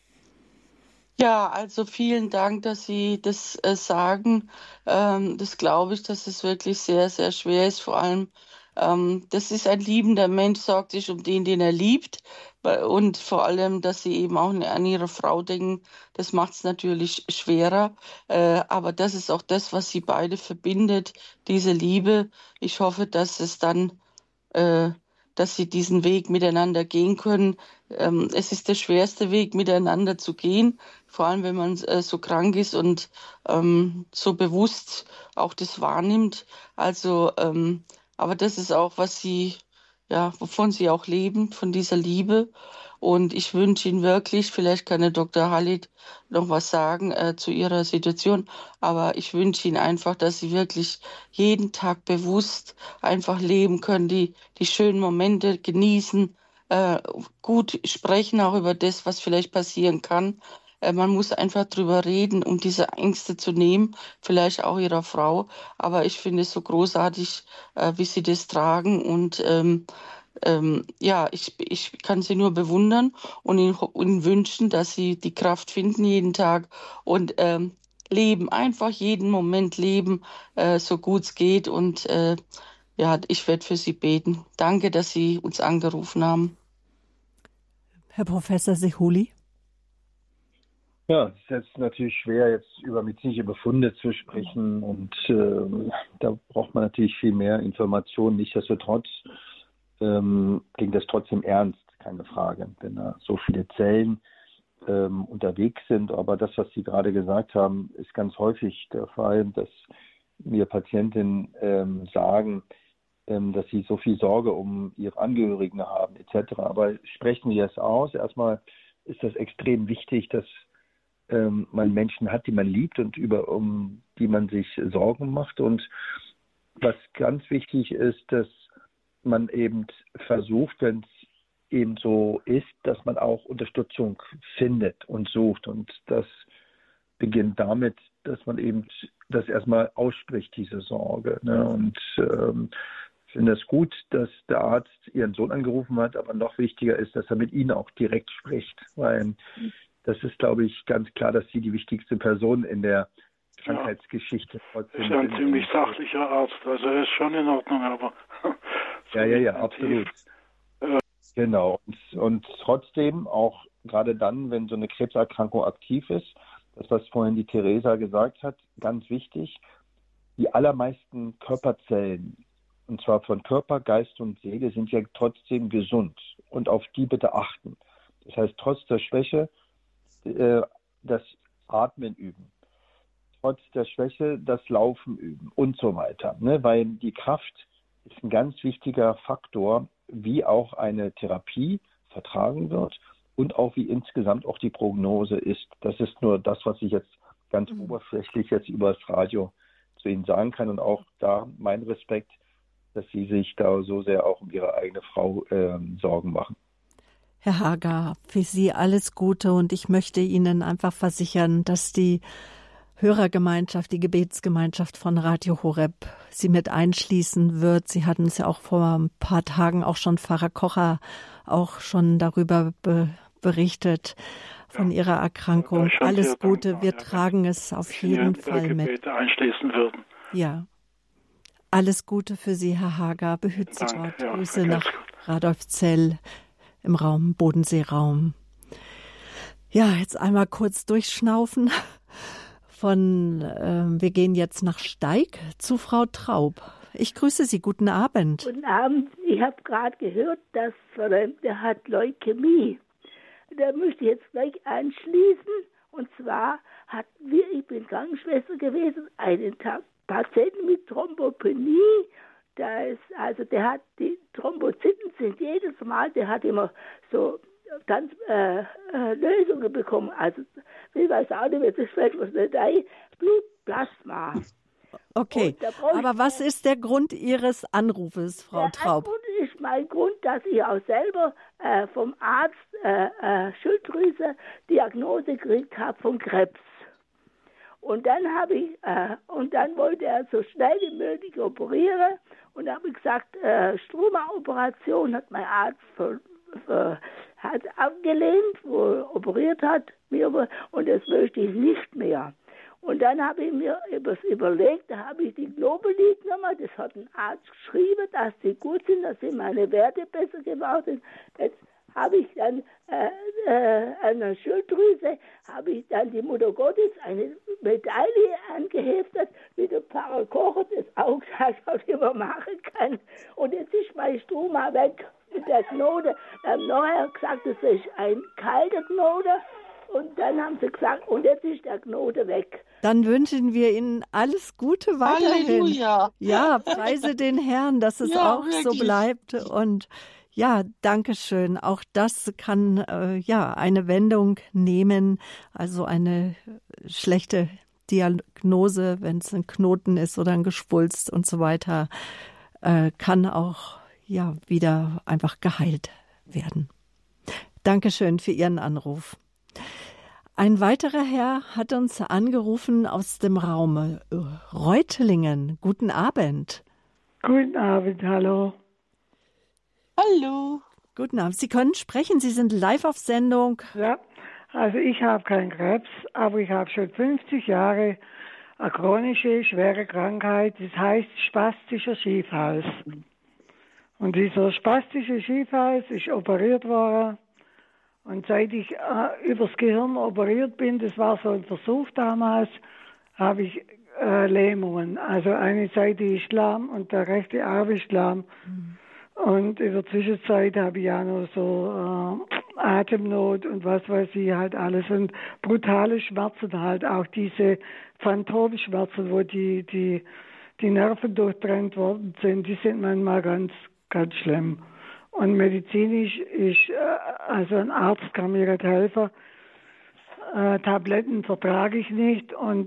Ja, also vielen Dank, dass Sie das sagen. Das glaube ich, dass es wirklich sehr, sehr schwer ist. Vor allem, das ist ein liebender Mensch, sorgt sich um den er liebt. Und vor allem, dass Sie eben auch an Ihre Frau denken, das macht es natürlich schwerer. Aber das ist auch das, was Sie beide verbindet, diese Liebe. Ich hoffe, dass es dann dass sie diesen Weg miteinander gehen können. Es ist der schwerste Weg, miteinander zu gehen, vor allem wenn man so krank ist und so bewusst auch das wahrnimmt. Also, aber das ist auch, wovon sie auch leben, von dieser Liebe. Und ich wünsche Ihnen wirklich, vielleicht kann der Dr. Halid noch was sagen zu Ihrer Situation, aber ich wünsche Ihnen einfach, dass Sie wirklich jeden Tag bewusst einfach leben können, die schönen Momente genießen, gut sprechen auch über das, was vielleicht passieren kann. Man muss einfach drüber reden, um diese Ängste zu nehmen, vielleicht auch Ihrer Frau. Aber ich finde es so großartig, wie Sie das tragen und ich kann sie nur bewundern und ihnen wünschen, dass sie die Kraft finden jeden Tag und leben, einfach jeden Moment leben, so gut es geht. Und ich werde für Sie beten. Danke, dass Sie uns angerufen haben. Herr Professor Sehuli? Ja, es ist jetzt natürlich schwer, jetzt über medizinische Befunde zu sprechen und da braucht man natürlich viel mehr Informationen. Nichtsdestotrotz klingt das trotzdem ernst, keine Frage, wenn da so viele Zellen unterwegs sind. Aber das, was Sie gerade gesagt haben, ist ganz häufig der Fall, dass mir Patientinnen sagen, dass sie so viel Sorge um ihre Angehörigen haben etc. Aber sprechen Sie das aus. Erstmal ist das extrem wichtig, dass man Menschen hat, die man liebt und um die man sich Sorgen macht. Und was ganz wichtig ist, dass man eben versucht, wenn es eben so ist, dass man auch Unterstützung findet und sucht. Und das beginnt damit, dass man eben das erstmal ausspricht, diese Sorge. Ne? Und ich finde es gut, dass der Arzt Ihren Sohn angerufen hat, aber noch wichtiger ist, dass er mit Ihnen auch direkt spricht. Weil das ist, glaube ich, ganz klar, dass Sie die wichtigste Person in der Krankheitsgeschichte trotzdem sind. Ist ein ziemlich sachlicher Arzt, also er ist schon in Ordnung, aber... Ja, absolut. Genau. Und trotzdem, auch gerade dann, wenn so eine Krebserkrankung aktiv ist, das, was vorhin die Teresa gesagt hat, ganz wichtig, die allermeisten Körperzellen, und zwar von Körper, Geist und Seele, sind ja trotzdem gesund. Und auf die bitte achten. Das heißt, trotz der Schwäche das Atmen üben. Trotz der Schwäche das Laufen üben und so weiter. Ne? Weil die Kraft ist ein ganz wichtiger Faktor, wie auch eine Therapie vertragen wird und auch wie insgesamt auch die Prognose ist. Das ist nur das, was ich jetzt ganz oberflächlich jetzt über das Radio zu Ihnen sagen kann. Und auch da mein Respekt, dass Sie sich da so sehr auch um Ihre eigene Frau Sorgen machen. Herr Hager, für Sie alles Gute und ich möchte Ihnen einfach versichern, dass die Hörergemeinschaft, die Gebetsgemeinschaft von Radio Horeb Sie mit einschließen wird. Sie hatten es ja auch vor ein paar Tagen auch schon Pfarrer Kocher auch schon darüber berichtet von Ihrer Erkrankung. Alles Gute, wir tragen es auf jeden Fall mit. Gebete einschließen würden. Ja, alles Gute für Sie, Herr Hager. Behüt Sie Gott. Grüße nach Radolfzell im Raum, Bodenseeraum. Ja, jetzt einmal kurz durchschnaufen. Wir gehen jetzt nach Steig zu Frau Traub. Ich grüße Sie, guten Abend. Guten Abend. Ich habe gerade gehört, dass der hat Leukämie. Da möchte ich jetzt gleich anschließen. Und zwar ich bin Krankenschwester gewesen, einen Patienten mit Thrombopenie. Der hat die Thrombozyten sind jedes Mal, der hat immer so ganz Lösungen bekommen. Also ich weiß auch nicht, das fällt mir nicht ein. Blutplasma. Okay, aber was ist der Grund Ihres Anrufes, Frau Traub? Der Grund ist mein Grund, dass ich auch selber vom Arzt Schilddrüse-Diagnose gekriegt habe von Krebs. Und dann wollte er so schnell wie möglich operieren. Und da habe ich gesagt, Struma-Operation hat mein Arzt hat abgelehnt, wo er operiert hat. Und das möchte ich nicht mehr. Und dann habe ich mir überlegt, da habe ich die Globuli genommen, das hat ein Arzt geschrieben, dass die gut sind, dass sie meine Werte besser geworden sind. Jetzt habe ich dann an der Schilddrüse, habe ich dann die Mutter Gottes eine Medaille angeheftet, wie der Pfarrer Kocher das auch gesagt hat, wie man machen kann. Und jetzt ist mein Struma weg mit der Knote. Dann haben nachher gesagt, das ist ein kalter Knote. Und dann haben sie gesagt, und jetzt ist der Knote weg. Dann wünschen wir Ihnen alles Gute weiterhin. Halleluja. Ja, preise den Herrn, dass es auch wirklich so bleibt. Und ja, danke schön. Auch das kann eine Wendung nehmen. Also eine schlechte Diagnose, wenn es ein Knoten ist oder ein Geschwulst und so weiter, kann auch wieder einfach geheilt werden. Dankeschön für Ihren Anruf. Ein weiterer Herr hat uns angerufen aus dem Raum Reutlingen. Guten Abend. Guten Abend, hallo. Hallo. Guten Abend. Sie können sprechen, Sie sind live auf Sendung. Ja, also ich habe keinen Krebs, aber ich habe schon 50 Jahre eine chronische, schwere Krankheit, das heißt spastischer Schiefhals. Und dieser spastische Schiefhals ist operiert worden. Und seit ich übers Gehirn operiert bin, das war so ein Versuch damals, habe ich Lähmungen. Also eine Seite ist lahm und der rechte Arm ist lahm. Und in der Zwischenzeit habe ich ja noch so Atemnot und was weiß ich halt alles. Und brutale Schmerzen halt, auch diese Phantomschmerzen, wo die Nerven durchtrennt worden sind, die sind manchmal ganz, ganz schlimm. Und medizinisch ist, also ein Arzt kann mir nicht helfen. Tabletten vertrage ich nicht und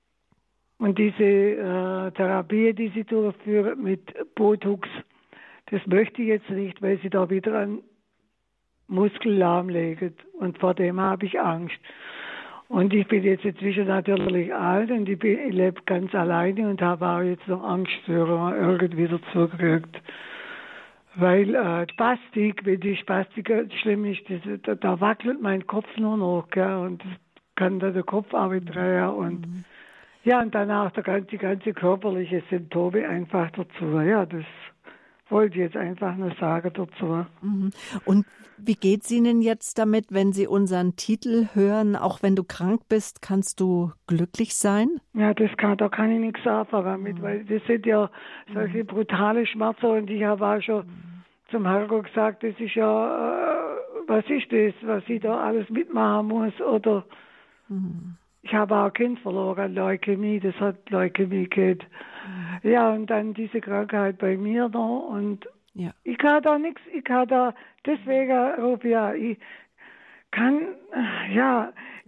diese Therapie, die sie durchführen mit Botox, das möchte ich jetzt nicht, weil sie da wieder einen Muskel lahmlegen. Und vor dem habe ich Angst. Und ich bin jetzt inzwischen natürlich alt und ich lebe ganz alleine und habe auch jetzt noch Angststörungen irgendwie dazu gekriegt. Weil Spastik, wenn die Spastik schlimm ist, da wackelt mein Kopf nur noch, gell, und das kann dann der Kopf auch mit drehen und ja, und danach die ganze körperliche Symptome einfach dazu. Ja, das wollte ich jetzt einfach nur sagen dazu. Und wie geht's Ihnen jetzt damit, wenn Sie unseren Titel hören, auch wenn du krank bist, kannst du glücklich sein? Ja, da kann ich nichts anfangen mit, weil das sind ja solche brutale Schmerzen und ich habe auch schon zum Herrgott gesagt, das ist ja, was ist das, was ich da alles mitmachen muss oder ich habe auch ein Kind verloren, Leukämie, das hat Leukämie gehabt. Ja, und dann diese Krankheit bei mir noch und ich kann da nichts, deswegen rufe ich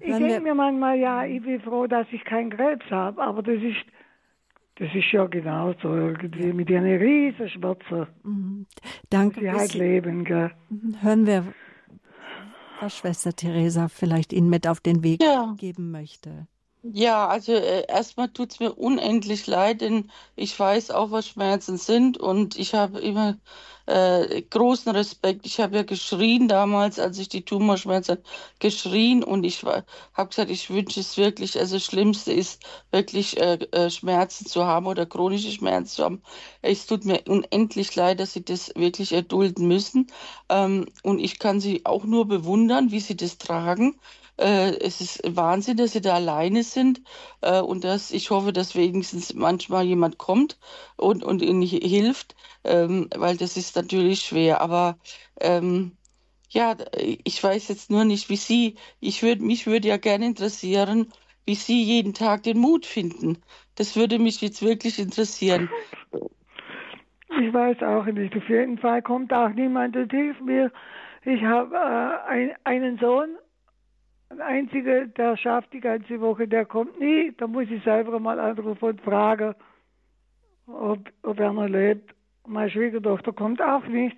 Ich denke mir manchmal, ja, ich bin froh, dass ich keinen Krebs habe, aber das ist ja genauso irgendwie mit ihren riesen Schmerzen. Danke. Die halt leben, gell. Hören wir, was Schwester Theresa vielleicht Ihnen mit auf den Weg geben möchte. Ja, also erstmal tut's mir unendlich leid, denn ich weiß auch, was Schmerzen sind und ich habe immer großen Respekt. Ich habe ja geschrien damals, als ich die Tumorschmerzen hatte, geschrien und ich habe gesagt, ich wünsche es wirklich, also das Schlimmste ist wirklich Schmerzen zu haben oder chronische Schmerzen zu haben. Es tut mir unendlich leid, dass Sie das wirklich erdulden müssen und ich kann Sie auch nur bewundern, wie Sie das tragen. Es ist Wahnsinn, dass Sie da alleine sind und ich hoffe, dass wenigstens manchmal jemand kommt und Ihnen hilft, weil das ist natürlich schwer. Aber ja, ich weiß jetzt nur nicht, mich würde ja gerne interessieren, wie Sie jeden Tag den Mut finden. Das würde mich jetzt wirklich interessieren. Ich weiß auch nicht. Auf jeden Fall kommt auch niemand und hilft mir. Ich habe einen Sohn, ein einziger, der schafft die ganze Woche, der kommt nie. Da muss ich selber mal anrufen und fragen, ob er noch lebt. Meine Schwiegertochter kommt auch nicht.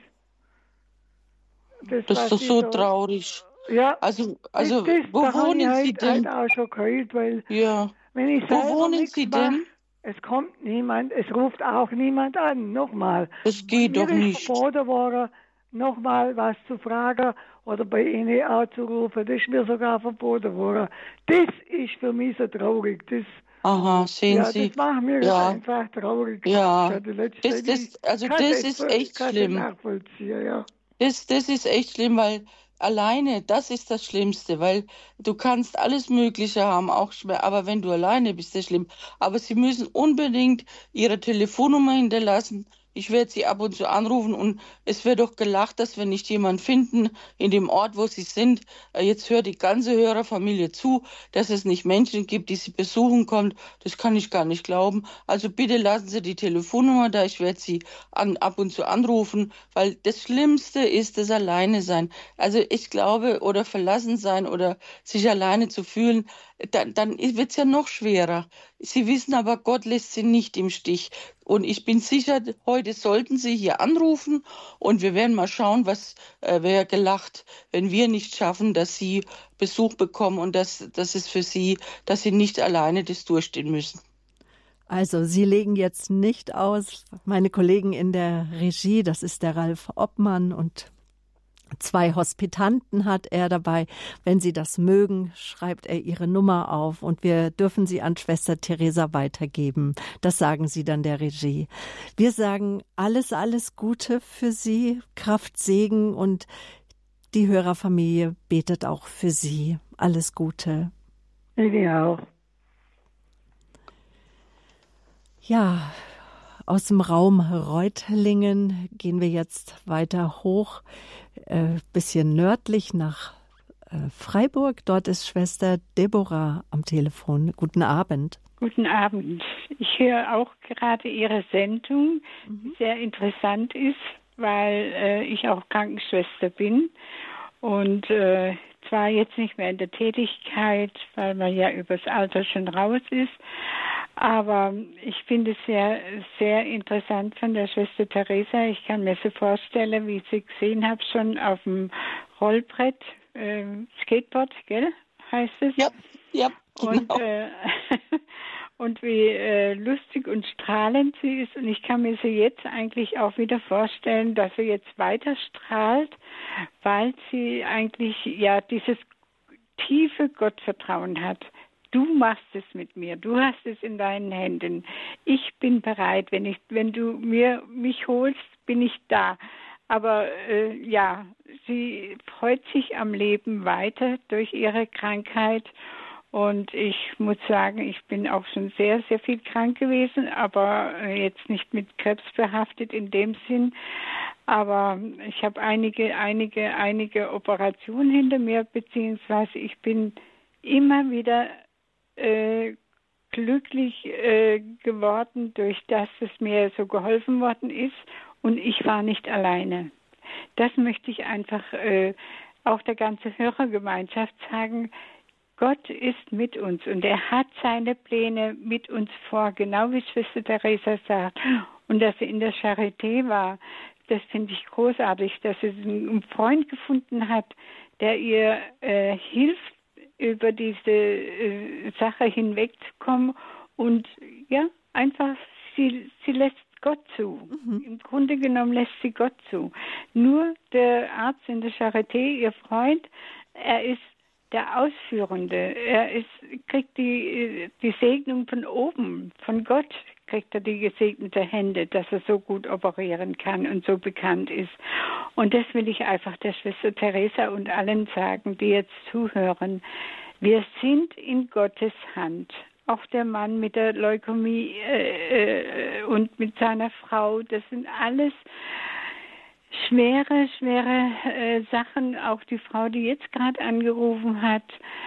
Das ist doch so traurig. Ja, also wo wohnen Sie denn? Halt auch schon geheult, weil Ja. wenn ich Wo selber wohnen nichts Sie mache, denn? es kommt niemand, es ruft auch niemand an. Nochmal. Das geht doch Mir ist nicht. verboten worden, nochmal was zu fragen oder bei Ihnen anzurufen. Das ist mir sogar verboten worden. Das ist für mich so traurig. Aha, sehen Sie. Das macht mir einfach traurig. Ja, Das ist echt schlimm. Nachvollziehen, ja. Das ist echt schlimm, weil alleine, das ist das Schlimmste, weil du kannst alles Mögliche haben, auch schwer, aber wenn du alleine bist, ist das schlimm. Aber Sie müssen unbedingt Ihre Telefonnummer hinterlassen. Ich werde Sie ab und zu anrufen und es wird doch gelacht, dass wir nicht jemanden finden in dem Ort, wo Sie sind. Jetzt hört die ganze Hörerfamilie zu, dass es nicht Menschen gibt, die Sie besuchen kommen. Das kann ich gar nicht glauben. Also bitte lassen Sie die Telefonnummer da. Ich werde Sie ab und zu anrufen, weil das Schlimmste ist das Alleine-Sein. Also ich glaube, oder verlassen sein oder sich alleine zu fühlen, dann wird es ja noch schwerer. Sie wissen aber, Gott lässt Sie nicht im Stich. Und ich bin sicher, heute sollten Sie hier anrufen und wir werden mal schauen, was wäre gelacht, wenn wir nicht schaffen, dass Sie Besuch bekommen und das ist für Sie, dass Sie nicht alleine das durchstehen müssen. Also Sie legen jetzt nicht aus. Meine Kollegen in der Regie, das ist der Ralf Obmann und 2 Hospitanten hat er dabei. Wenn Sie das mögen, schreibt er Ihre Nummer auf und wir dürfen sie an Schwester Theresa weitergeben. Das sagen Sie dann der Regie. Wir sagen alles Gute für Sie, Kraft, Segen und die Hörerfamilie betet auch für Sie. Alles Gute. Ich auch. Ja, aus dem Raum Reutlingen gehen wir jetzt weiter hoch, bisschen nördlich nach Freiburg. Dort ist Schwester Deborah am Telefon. Guten Abend. Guten Abend. Ich höre auch gerade Ihre Sendung, die sehr interessant ist, weil ich auch Krankenschwester bin und zwar jetzt nicht mehr in der Tätigkeit, weil man ja übers Alter schon raus ist, aber ich finde es sehr, sehr interessant von der Schwester Theresa. Ich kann mir so vorstellen, wie ich sie gesehen habe, schon auf dem Rollbrett, Skateboard, gell, heißt es? Ja, genau. Und wie lustig und strahlend sie ist. Und ich kann mir sie jetzt eigentlich auch wieder vorstellen, dass sie jetzt weiter strahlt, weil sie eigentlich ja dieses tiefe Gottvertrauen hat. Du machst es mit mir, du hast es in deinen Händen. Ich bin bereit, wenn du mich holst, bin ich da. Aber ja, sie freut sich am Leben weiter durch ihre Krankheit. Und ich muss sagen, ich bin auch schon sehr, sehr viel krank gewesen, aber jetzt nicht mit Krebs behaftet in dem Sinn. Aber ich habe einige Operationen hinter mir, beziehungsweise ich bin immer wieder glücklich geworden, durch das es mir so geholfen worden ist. Und ich war nicht alleine. Das möchte ich einfach auch der ganzen Hörergemeinschaft sagen. Gott ist mit uns und er hat seine Pläne mit uns vor, genau wie Schwester Teresa sagt. Und dass sie in der Charité war, das finde ich großartig, dass sie einen Freund gefunden hat, der ihr hilft, über diese Sache hinwegzukommen und ja, einfach, sie lässt Gott zu. Im Grunde genommen lässt sie Gott zu. Nur der Arzt in der Charité, ihr Freund, er ist der Ausführende. Kriegt die Segnung von oben, von Gott kriegt er die gesegnete Hände, dass er so gut operieren kann und so bekannt ist. Und das will ich einfach der Schwester Teresa und allen sagen, die jetzt zuhören. Wir sind in Gottes Hand. Auch der Mann mit der Leukämie und mit seiner Frau, das sind alles schwere Sachen. Auch die Frau, die jetzt gerade angerufen hat,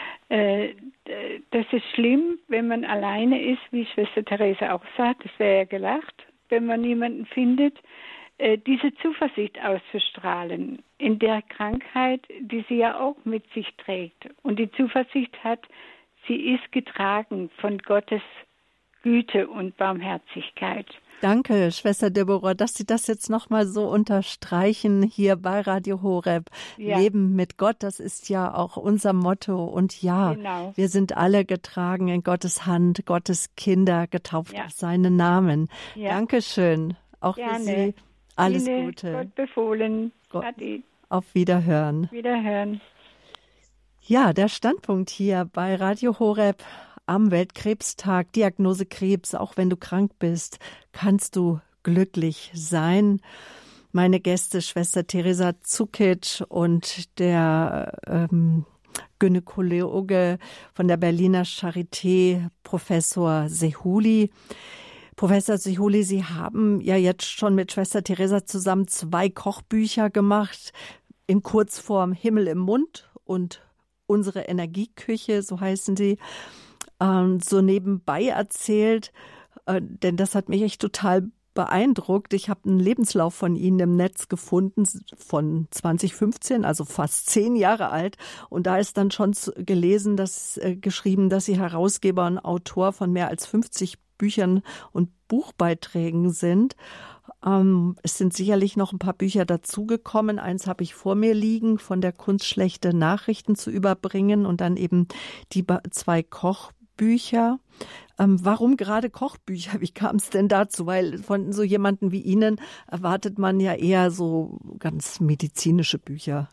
das ist schlimm, wenn man alleine ist, wie Schwester Teresa auch sagt, das wäre ja gelacht, wenn man niemanden findet, diese Zuversicht auszustrahlen in der Krankheit, die sie ja auch mit sich trägt. Und die Zuversicht hat, sie ist getragen von Gottes Güte und Barmherzigkeit. Danke, Schwester Deborah, dass Sie das jetzt nochmal so unterstreichen hier bei Radio Horeb. Ja. Leben mit Gott, das ist ja auch unser Motto. Und ja, genau. Wir sind alle getragen in Gottes Hand, Gottes Kinder, getauft auf seinen Namen. Ja. Dankeschön, auch gerne. Für Sie. Alles Ihnen Gute. Gott befohlen. Auf Wiederhören. Wiederhören. Ja, der Standpunkt hier bei Radio Horeb am Weltkrebstag, Diagnose Krebs, auch wenn du krank bist, kannst du glücklich sein. Meine Gäste, Schwester Teresa Zukic und der Gynäkologe von der Berliner Charité, Professor Sehuli. Professor Sehuli, Sie haben ja jetzt schon mit Schwester Teresa zusammen 2 Kochbücher gemacht, in Kurzform Himmel im Mund und Unsere Energieküche, so heißen sie. So nebenbei erzählt, denn das hat mich echt total beeindruckt. Ich habe einen Lebenslauf von Ihnen im Netz gefunden von 2015, also fast 10 Jahre alt. Und da ist dann schon gelesen, geschrieben, dass Sie Herausgeber und Autor von mehr als 50 Büchern und Buchbeiträgen sind. Es sind sicherlich noch ein paar Bücher dazugekommen. Eins habe ich vor mir liegen, von der Kunst, schlechte Nachrichten zu überbringen und dann eben die 2 Kochbücher. Warum gerade Kochbücher? Wie kam es denn dazu? Weil von so jemanden wie Ihnen erwartet man ja eher so ganz medizinische Bücher.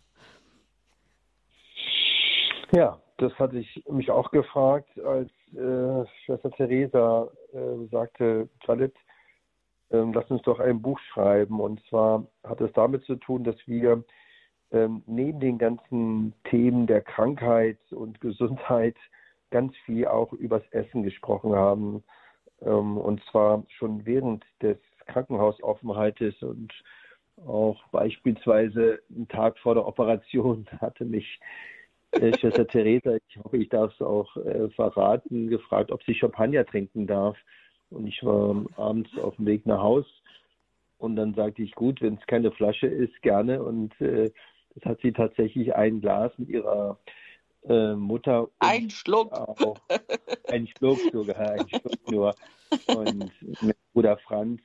Ja, das hatte ich mich auch gefragt, als Schwester Teresa sagte, Jalit, lass uns doch ein Buch schreiben. Und zwar hat es damit zu tun, dass wir neben den ganzen Themen der Krankheit und Gesundheit ganz viel auch übers Essen gesprochen haben. Und zwar schon während des Krankenhausaufenthaltes und auch beispielsweise einen Tag vor der Operation hatte mich Schwester Teresa, ich hoffe, ich darf es auch verraten, gefragt, ob sie Champagner trinken darf. Und ich war abends auf dem Weg nach Haus und dann sagte ich, gut, wenn es keine Flasche ist, gerne. Und das hat sie tatsächlich ein Glas mit ihrer Mutter. Ein Schluck. Auch ein Schluck sogar, ein Schluck nur. Und mit Bruder Franz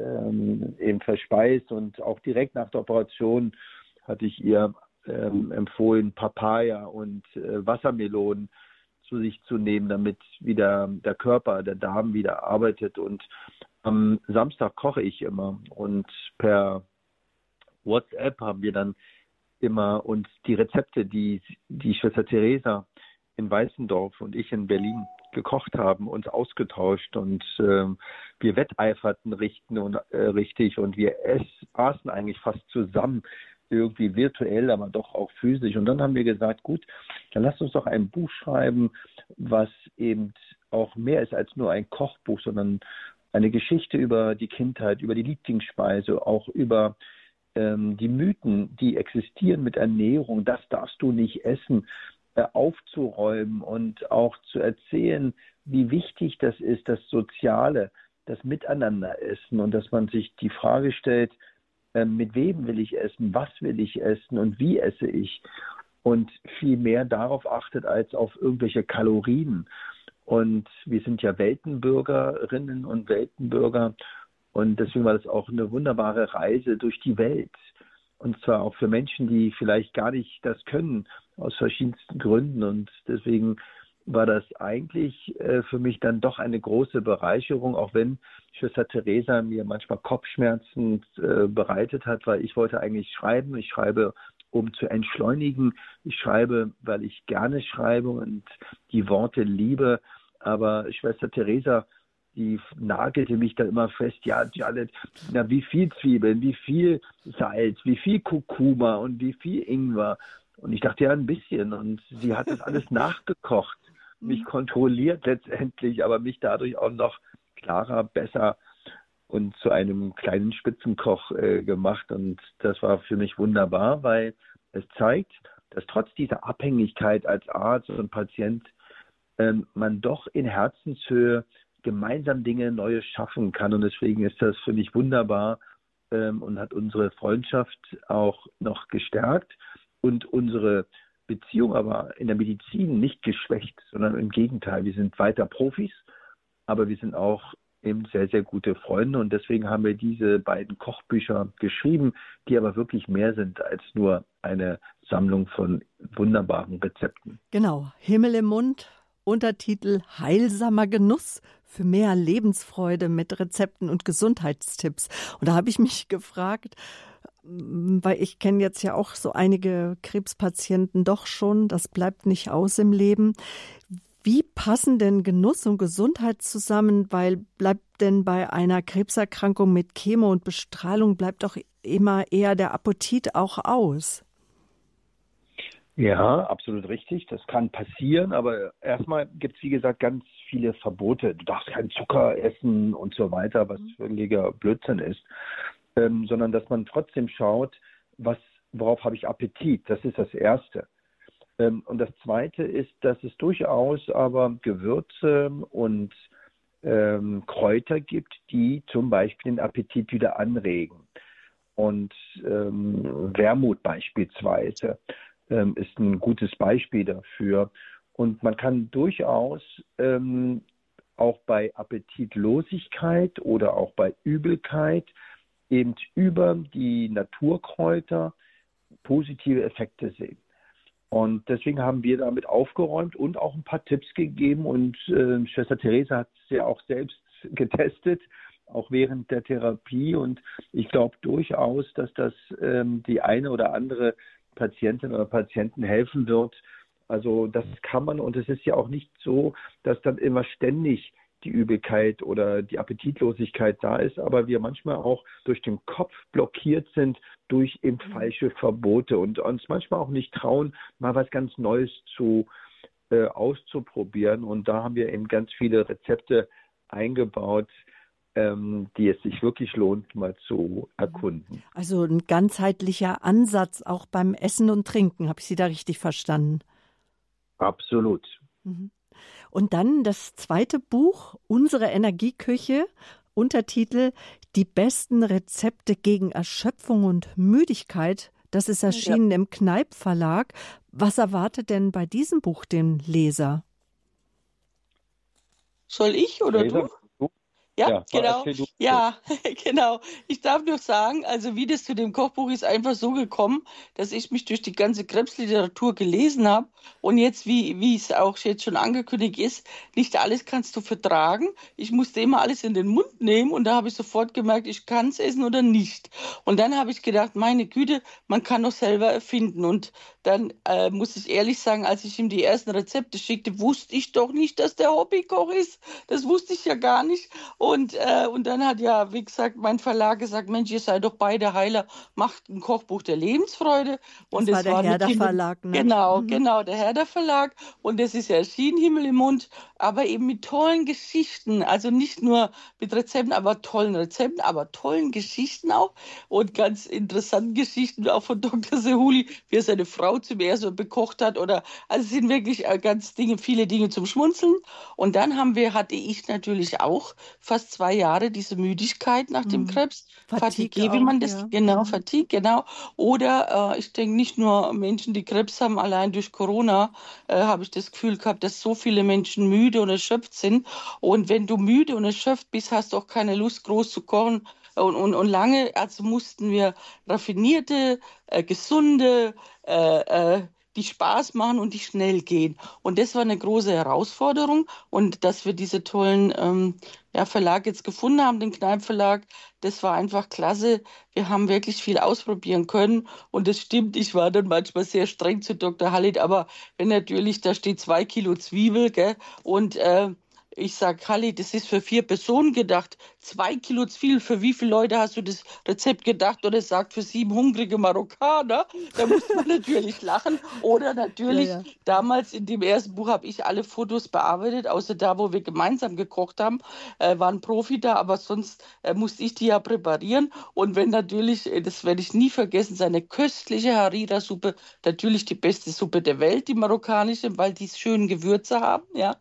eben verspeist. Und auch direkt nach der Operation hatte ich ihr empfohlen, Papaya und Wassermelonen zu sich zu nehmen, damit wieder der Körper, der Darm wieder arbeitet. Und am Samstag koche ich immer und per WhatsApp haben wir dann immer uns die Rezepte, die Schwester Teresa in Weißendorf und ich in Berlin gekocht haben, uns ausgetauscht und wir wetteiferten richtig und wir aßen eigentlich fast zusammen, irgendwie virtuell, aber doch auch physisch. Und dann haben wir gesagt, gut, dann lasst uns doch ein Buch schreiben, was eben auch mehr ist als nur ein Kochbuch, sondern eine Geschichte über die Kindheit, über die Lieblingsspeise, auch über die Mythen, die existieren mit Ernährung, das darfst du nicht essen, aufzuräumen und auch zu erzählen, wie wichtig das ist, das Soziale, das Miteinander-Essen und dass man sich die Frage stellt, mit wem will ich essen, was will ich essen und wie esse ich. und viel mehr darauf achtet als auf irgendwelche Kalorien. Und wir sind ja Weltenbürgerinnen und Weltenbürger und deswegen war das auch eine wunderbare Reise durch die Welt. Und zwar auch für Menschen, die vielleicht gar nicht das können, aus verschiedensten Gründen. Und deswegen war das eigentlich für mich dann doch eine große Bereicherung, auch wenn Schwester Teresa mir manchmal Kopfschmerzen bereitet hat, weil ich wollte eigentlich schreiben. Ich schreibe, um zu entschleunigen. Ich schreibe, weil ich gerne schreibe und die Worte liebe. Aber Schwester Teresa, die nagelte mich dann immer fest, ja, Janet, na, wie viel Zwiebeln, wie viel Salz, wie viel Kurkuma und wie viel Ingwer. Und ich dachte, ja, ein bisschen. Und sie hat das alles nachgekocht, mich kontrolliert letztendlich, aber mich dadurch auch noch klarer, besser und zu einem kleinen Spitzenkoch gemacht. Und das war für mich wunderbar, weil es zeigt, dass trotz dieser Abhängigkeit als Arzt und Patient man doch in Herzenshöhe gemeinsam Dinge Neues schaffen kann. Und deswegen ist das für mich wunderbar und hat unsere Freundschaft auch noch gestärkt und unsere Beziehung aber in der Medizin nicht geschwächt, sondern im Gegenteil. Wir sind weiter Profis, aber wir sind auch eben sehr, sehr gute Freunde. Und deswegen haben wir diese beiden Kochbücher geschrieben, die aber wirklich mehr sind als nur eine Sammlung von wunderbaren Rezepten. Genau, Himmel im Mund. Untertitel Heilsamer Genuss für mehr Lebensfreude mit Rezepten und Gesundheitstipps. Und da habe ich mich gefragt, weil ich kenne jetzt ja auch so einige Krebspatienten doch schon, das bleibt nicht aus im Leben. Wie passen denn Genuss und Gesundheit zusammen? Weil bleibt denn bei einer Krebserkrankung mit Chemo und Bestrahlung bleibt doch immer eher der Appetit auch aus? Ja, absolut richtig. Das kann passieren, aber erstmal gibt es, wie gesagt, ganz viele Verbote. Du darfst keinen Zucker essen und so weiter, was völliger Blödsinn ist, sondern dass man trotzdem schaut, worauf habe ich Appetit. Das ist das Erste. Und das Zweite ist, dass es durchaus aber Gewürze und Kräuter gibt, die zum Beispiel den Appetit wieder anregen. Und Wermut beispielsweise ist ein gutes Beispiel dafür. Und man kann durchaus auch bei Appetitlosigkeit oder auch bei Übelkeit eben über die Naturkräuter positive Effekte sehen. Und deswegen haben wir damit aufgeräumt und auch ein paar Tipps gegeben. Und Schwester Teresa hat es ja auch selbst getestet, auch während der Therapie. Und ich glaube durchaus, dass das die eine oder andere Patientin oder Patienten helfen wird. Also das kann man, und es ist ja auch nicht so, dass dann immer ständig die Übelkeit oder die Appetitlosigkeit da ist, aber wir manchmal auch durch den Kopf blockiert sind durch eben falsche Verbote und uns manchmal auch nicht trauen, mal was ganz Neues auszuprobieren. Und da haben wir eben ganz viele Rezepte eingebaut, die es sich wirklich lohnt, mal zu erkunden. Also ein ganzheitlicher Ansatz auch beim Essen und Trinken. Habe ich Sie da richtig verstanden? Absolut. Und dann das zweite Buch, Unsere Energieküche, Untertitel Die besten Rezepte gegen Erschöpfung und Müdigkeit. Das ist erschienen im Kneipp Verlag. Was erwartet denn bei diesem Buch den Leser? Soll ich oder Leser? du? Ja, genau. erzähl du. Ja, genau. Ich darf nur sagen, also wie das zu dem Kochbuch ist einfach so gekommen, dass ich mich durch die ganze Krebsliteratur gelesen habe und jetzt, wie es auch jetzt schon angekündigt ist, nicht alles kannst du vertragen. Ich musste immer alles in den Mund nehmen und da habe ich sofort gemerkt, ich kann es essen oder nicht. Und dann habe ich gedacht, meine Güte, man kann doch selber erfinden. Und dann muss ich ehrlich sagen, als ich ihm die ersten Rezepte schickte, wusste ich doch nicht, dass der Hobbykoch ist. Das wusste ich ja gar nicht. Und dann hat ja, wie gesagt, mein Verlag gesagt, Mensch, ihr seid doch beide Heiler, macht ein Kochbuch der Lebensfreude. Und das war der Herder Verlag, ne? Genau, der Herder Verlag. Und das ist ja erschienen, Himmel im Mund. aber eben mit tollen Geschichten. Also nicht nur mit Rezepten, aber tollen Rezepten, aber tollen Geschichten auch und ganz interessanten Geschichten auch von Dr. Sehuli, wie er seine Frau zum ersten Mal bekocht hat oder also es sind wirklich viele Dinge zum Schmunzeln. Und dann hatte ich natürlich auch fast 2 Jahre diese Müdigkeit nach dem Krebs. Fatigue Fatigue, wie auch, man das, ja. genau, Fatigue, genau. Oder ich denke nicht nur Menschen, die Krebs haben, allein durch Corona habe ich das Gefühl gehabt, dass so viele Menschen müde und erschöpft sind. Und wenn du müde und erschöpft bist, hast du auch keine Lust, groß zu kochen. Und lange, also mussten wir raffinierte, gesunde, die Spaß machen und die schnell gehen. Und das war eine große Herausforderung. Und dass wir diese tollen Verlag jetzt gefunden haben, den Kneipp-Verlag, das war einfach klasse. Wir haben wirklich viel ausprobieren können. Und das stimmt, ich war dann manchmal sehr streng zu Dr. Hallit, aber wenn natürlich, da steht 2 Kilo Zwiebel, gell, und ich sag, Halli, das ist für 4 Personen gedacht. 2 Kilo Zwiebel, für wie viele Leute hast du das Rezept gedacht? Und es sagt, für 7 hungrige Marokkaner. Da muss man natürlich lachen. Oder natürlich, damals in dem ersten Buch habe ich alle Fotos bearbeitet, außer da, wo wir gemeinsam gekocht haben, war ein Profi da, aber sonst musste ich die ja präparieren. Und wenn natürlich, das werde ich nie vergessen, seine köstliche Harira-Suppe, natürlich die beste Suppe der Welt, die marokkanische, weil die schönen Gewürze haben, ja.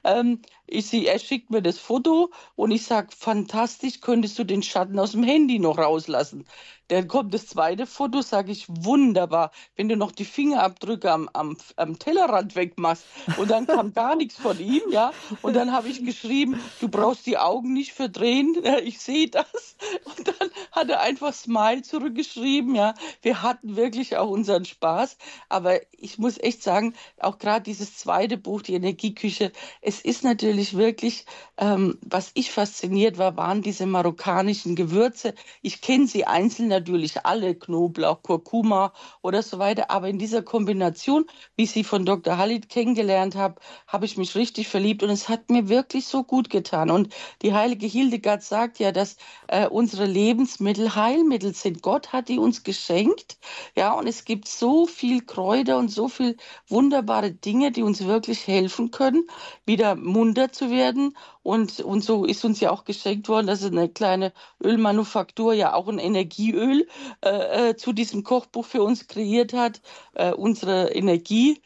Er schickt mir das Foto und ich sage, fantastisch, könntest du den Schatten aus dem Handy noch rauslassen. Dann kommt das zweite Foto, sage ich, wunderbar, wenn du noch die Fingerabdrücke am Tellerrand wegmachst. Und dann kam gar nichts von ihm, ja. Und dann habe ich geschrieben, du brauchst die Augen nicht verdrehen, ich sehe das. Und dann hat er einfach Smile zurückgeschrieben, ja. Wir hatten wirklich auch unseren Spaß. Aber ich muss echt sagen, auch gerade dieses zweite Buch, die Energieküche, es ist natürlich wirklich, was ich fasziniert war, waren diese marokkanischen Gewürze. Ich kenne sie einzeln natürlich alle, Knoblauch, Kurkuma oder so weiter, aber in dieser Kombination, wie ich sie von Dr. Hallit kennengelernt habe, habe ich mich richtig verliebt und es hat mir wirklich so gut getan. Und die heilige Hildegard sagt ja, dass unsere Lebensmittel Heilmittel sind. Gott hat die uns geschenkt, ja, und es gibt so viel Kräuter und so viel wunderbare Dinge, die uns wirklich helfen können, wieder munter zu werden. Und so ist uns ja auch geschenkt worden, dass eine kleine Ölmanufaktur ja auch ein Energieöl zu diesem Kochbuch für uns kreiert hat. Unsere Energieöl,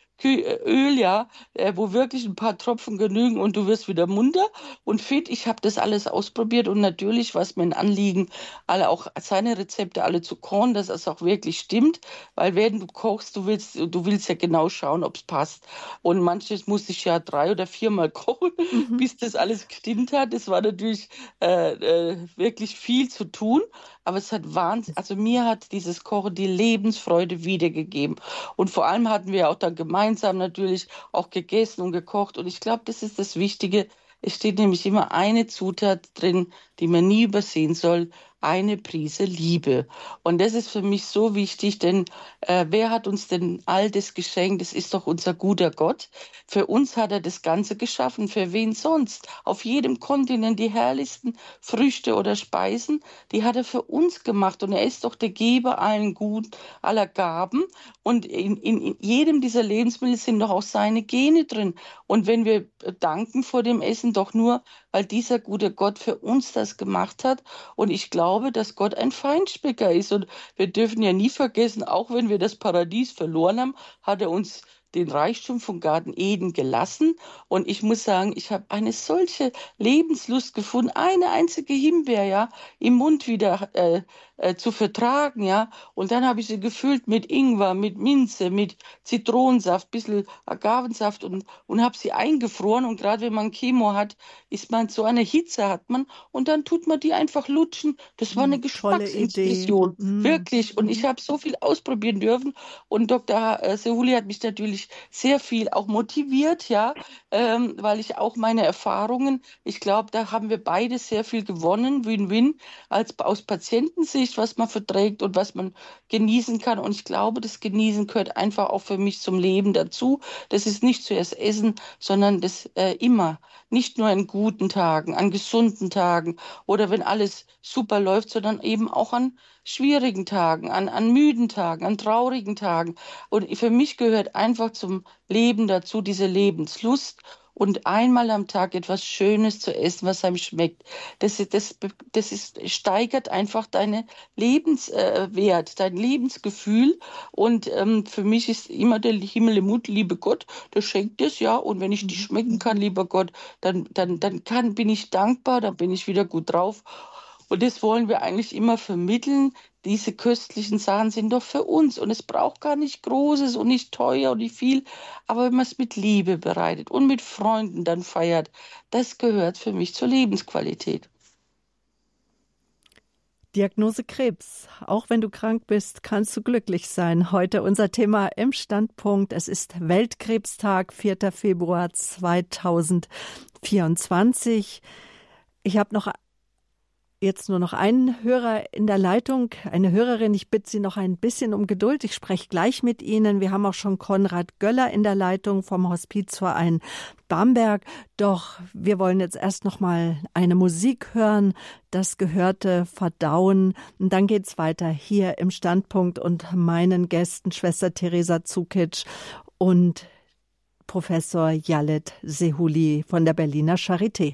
ja, wo wirklich ein paar Tropfen genügen und du wirst wieder munter und fit. Ich habe das alles ausprobiert und natürlich war es mir ein Anliegen, alle auch seine Rezepte alle zu kochen, dass es auch wirklich stimmt, weil wenn du kochst, du willst ja genau schauen, ob es passt. Und manches musste ich ja 3 oder 4 Mal kochen, bis das alles gestimmt hat. Das war natürlich wirklich viel zu tun, aber es hat also mir hat dieses Kochen die Lebensfreude wiedergegeben. Und vor allem hatten wir auch dann gemeinsam natürlich auch gegessen und gekocht. Und ich glaube, das ist das Wichtige. Es steht nämlich immer eine Zutat drin, die man nie übersehen soll, eine Prise Liebe. Und das ist für mich so wichtig, denn wer hat uns denn all das geschenkt? Das ist doch unser guter Gott. Für uns hat er das Ganze geschaffen. Für wen sonst? Auf jedem Kontinent die herrlichsten Früchte oder Speisen, die hat er für uns gemacht. Und er ist doch der Geber aller Gaben. Und in jedem dieser Lebensmittel sind doch auch seine Gene drin. Und wenn wir danken vor dem Essen, doch nur, weil dieser gute Gott für uns das gemacht hat. Und ich glaube, dass Gott ein Feinschmecker ist. Und wir dürfen ja nie vergessen, auch wenn wir das Paradies verloren haben, hat er uns den Reichtum von Garten Eden gelassen. Und ich muss sagen, ich habe eine solche Lebenslust gefunden, eine einzige Himbeer, ja, im Mund wieder zu vertragen, ja. Und dann habe ich sie gefüllt mit Ingwer, mit Minze, mit Zitronensaft, bisschen Agavensaft und habe sie eingefroren. Und gerade wenn man Chemo hat, ist man so eine Hitze hat man und dann tut man die einfach lutschen. Das war eine Geschmacksexplosion, wirklich. Und ich habe so viel ausprobieren dürfen. Und Dr. Sehuli hat mich natürlich sehr viel auch motiviert, ja, weil ich auch meine Erfahrungen, ich glaube, da haben wir beide sehr viel gewonnen, Win-Win, aus Patientensicht, was man verträgt und was man genießen kann. Und ich glaube, das Genießen gehört einfach auch für mich zum Leben dazu. Das ist nicht zuerst Essen, sondern das immer, nicht nur an guten Tagen, an gesunden Tagen oder wenn alles super läuft, sondern eben auch an schwierigen Tagen, an müden Tagen, an traurigen Tagen. Und für mich gehört einfach zum Leben dazu diese Lebenslust. und einmal am Tag etwas Schönes zu essen, was einem schmeckt, steigert einfach deinen Lebenswert, dein Lebensgefühl. Und für mich ist immer der Himmel im Mund, liebe Gott, der schenkt es, ja. Und wenn ich die schmecken kann, lieber Gott, dann bin ich dankbar, dann bin ich wieder gut drauf. Und das wollen wir eigentlich immer vermitteln. Diese köstlichen Sachen sind doch für uns. Und es braucht gar nicht Großes und nicht teuer und nicht viel. Aber wenn man es mit Liebe bereitet und mit Freunden dann feiert, das gehört für mich zur Lebensqualität. Diagnose Krebs. Auch wenn du krank bist, kannst du glücklich sein. Heute unser Thema im Standpunkt. Es ist Weltkrebstag, 4. Februar 2024. Ich habe jetzt nur noch einen Hörer in der Leitung, eine Hörerin. Ich bitte Sie noch ein bisschen um Geduld. Ich spreche gleich mit Ihnen. Wir haben auch schon Konrad Göller in der Leitung vom Hospizverein Bamberg. Doch wir wollen jetzt erst noch mal eine Musik hören, das Gehörte verdauen. Und dann geht's weiter hier im Standpunkt und meinen Gästen Schwester Teresa Zukic und Professor Yalet Sehuli von der Berliner Charité.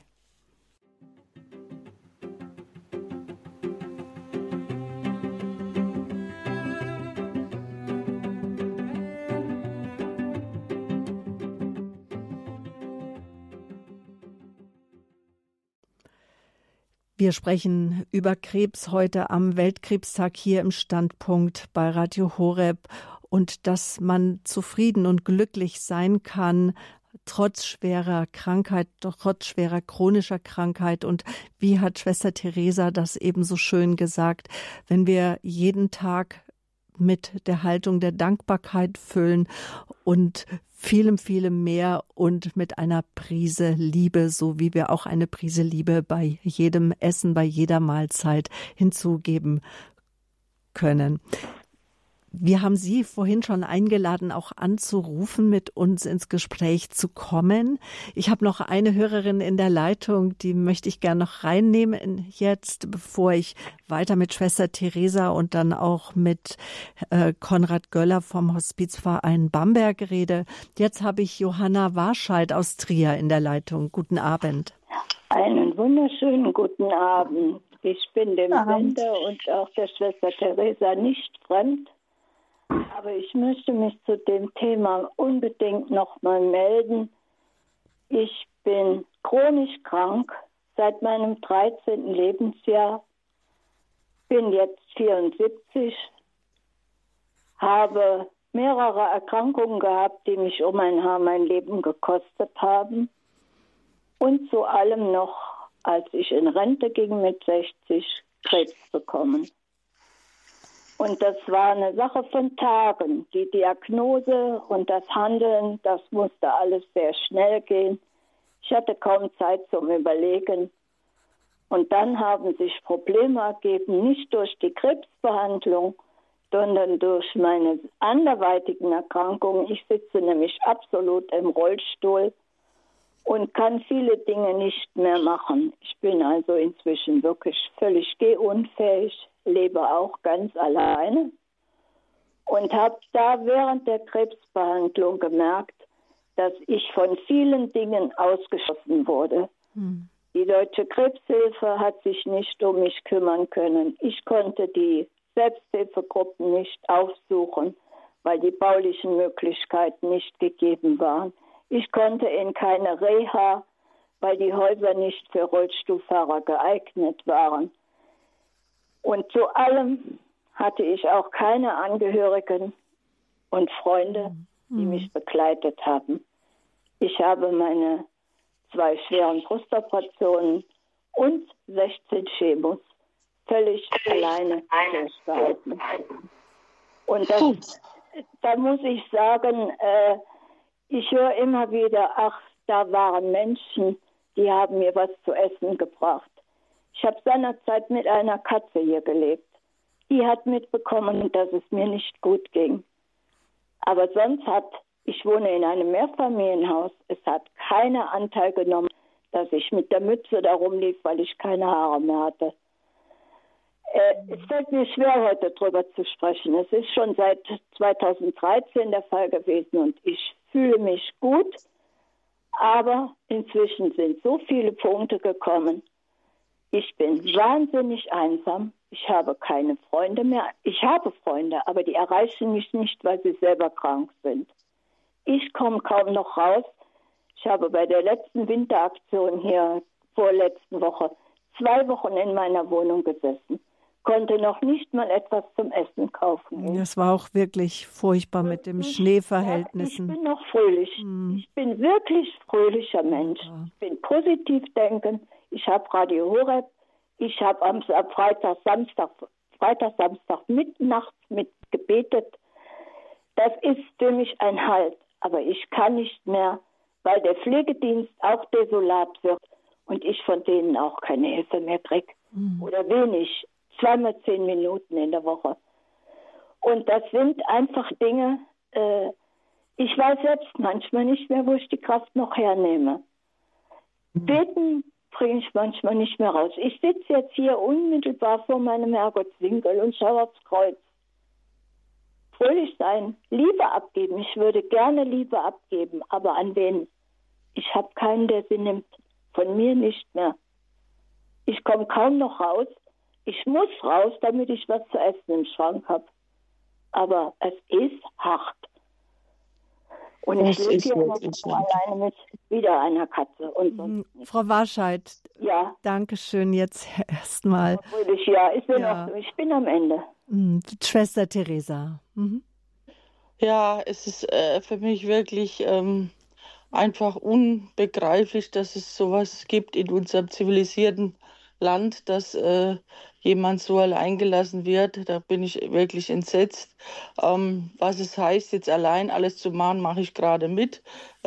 Wir sprechen über Krebs heute am Weltkrebstag hier im Standpunkt bei Radio Horeb und dass man zufrieden und glücklich sein kann, trotz schwerer Krankheit, trotz schwerer chronischer Krankheit. Und wie hat Schwester Teresa das eben so schön gesagt, wenn wir jeden Tag mit der Haltung der Dankbarkeit füllen und vielem, vielem mehr und mit einer Prise Liebe, so wie wir auch eine Prise Liebe bei jedem Essen, bei jeder Mahlzeit hinzugeben können. Wir haben Sie vorhin schon eingeladen, auch anzurufen, mit uns ins Gespräch zu kommen. Ich habe noch eine Hörerin in der Leitung, die möchte ich gerne noch reinnehmen jetzt, bevor ich weiter mit Schwester Teresa und dann auch mit Konrad Göller vom Hospizverein Bamberg rede. Jetzt habe ich Johanna Warscheid aus Trier in der Leitung. Guten Abend. Einen wunderschönen guten Abend. Ich bin dem Sender und auch der Schwester Teresa nicht fremd. Aber ich möchte mich zu dem Thema unbedingt nochmal melden. Ich bin chronisch krank seit meinem 13. Lebensjahr, bin jetzt 74, habe mehrere Erkrankungen gehabt, die mich um ein Haar mein Leben gekostet haben. Und zu allem noch, als ich in Rente ging mit 60, Krebs bekommen. Und das war eine Sache von Tagen. Die Diagnose und das Handeln, das musste alles sehr schnell gehen. Ich hatte kaum Zeit zum Überlegen. Und dann haben sich Probleme ergeben, nicht durch die Krebsbehandlung, sondern durch meine anderweitigen Erkrankungen. Ich sitze nämlich absolut im Rollstuhl und kann viele Dinge nicht mehr machen. Ich bin also inzwischen wirklich völlig gehunfähig, lebe auch ganz alleine und habe da während der Krebsbehandlung gemerkt, dass ich von vielen Dingen ausgeschlossen wurde. Die Deutsche Krebshilfe hat sich nicht um mich kümmern können. Ich konnte die Selbsthilfegruppen nicht aufsuchen, weil die baulichen Möglichkeiten nicht gegeben waren. Ich konnte in keine Reha, weil die Häuser nicht für Rollstuhlfahrer geeignet waren. Und zu allem hatte ich auch keine Angehörigen und Freunde, die mich begleitet haben. Ich habe meine 2 schweren Brustoperationen und 16 Chemos völlig alleine durchgehalten. Und da muss ich sagen, ich höre immer wieder, ach, da waren Menschen, die haben mir was zu essen gebracht. Ich habe seinerzeit mit einer Katze hier gelebt. Die hat mitbekommen, dass es mir nicht gut ging. Aber sonst ich wohne in einem Mehrfamilienhaus, es hat keiner Anteil genommen, dass ich mit der Mütze da rumlief, weil ich keine Haare mehr hatte. Es fällt mir schwer, heute drüber zu sprechen. Es ist schon seit 2013 der Fall gewesen und ich fühle mich gut. Aber inzwischen sind so viele Punkte gekommen. Ich bin wahnsinnig einsam. Ich habe keine Freunde mehr. Ich habe Freunde, aber die erreichen mich nicht, weil sie selber krank sind. Ich komme kaum noch raus. Ich habe bei der letzten Winteraktion hier vorletzten Woche 2 Wochen in meiner Wohnung gesessen. Konnte noch nicht mal etwas zum Essen kaufen. Das war auch wirklich furchtbar mit den Schneeverhältnissen. Ich bin noch fröhlich. Ich bin wirklich fröhlicher Mensch. Ich bin positiv denken. Ich habe Radio Horeb. Ich habe am Freitag, Samstag nachts mit gebetet. Das ist für mich ein Halt. Aber ich kann nicht mehr, weil der Pflegedienst auch desolat wird und ich von denen auch keine Hilfe mehr kriege. Oder wenig. 2x10 Minuten in der Woche. Und das sind einfach Dinge, ich weiß selbst manchmal nicht mehr, wo ich die Kraft noch hernehme. Beten bringe ich manchmal nicht mehr raus. Ich sitze jetzt hier unmittelbar vor meinem Herrgottswinkel und schaue aufs Kreuz. Fröhlich sein, Liebe abgeben. Ich würde gerne Liebe abgeben, aber an wen? Ich habe keinen, der sie nimmt. Von mir nicht mehr. Ich komme kaum noch raus. Ich muss raus, damit ich was zu essen im Schrank habe. Aber es ist hart. Und ich lebe hier noch alleine mit wieder einer Katze. Und sonst nichts. Frau Warscheid, ja. Danke schön jetzt erstmal. Ja, ich bin am Ende. Schwester Theresa. Ja, es ist für mich wirklich einfach unbegreiflich, dass es sowas gibt in unserem zivilisierten Land, dass jemand so allein gelassen wird. Da bin ich wirklich entsetzt. Was es heißt, jetzt allein alles zu machen, mache ich gerade mit.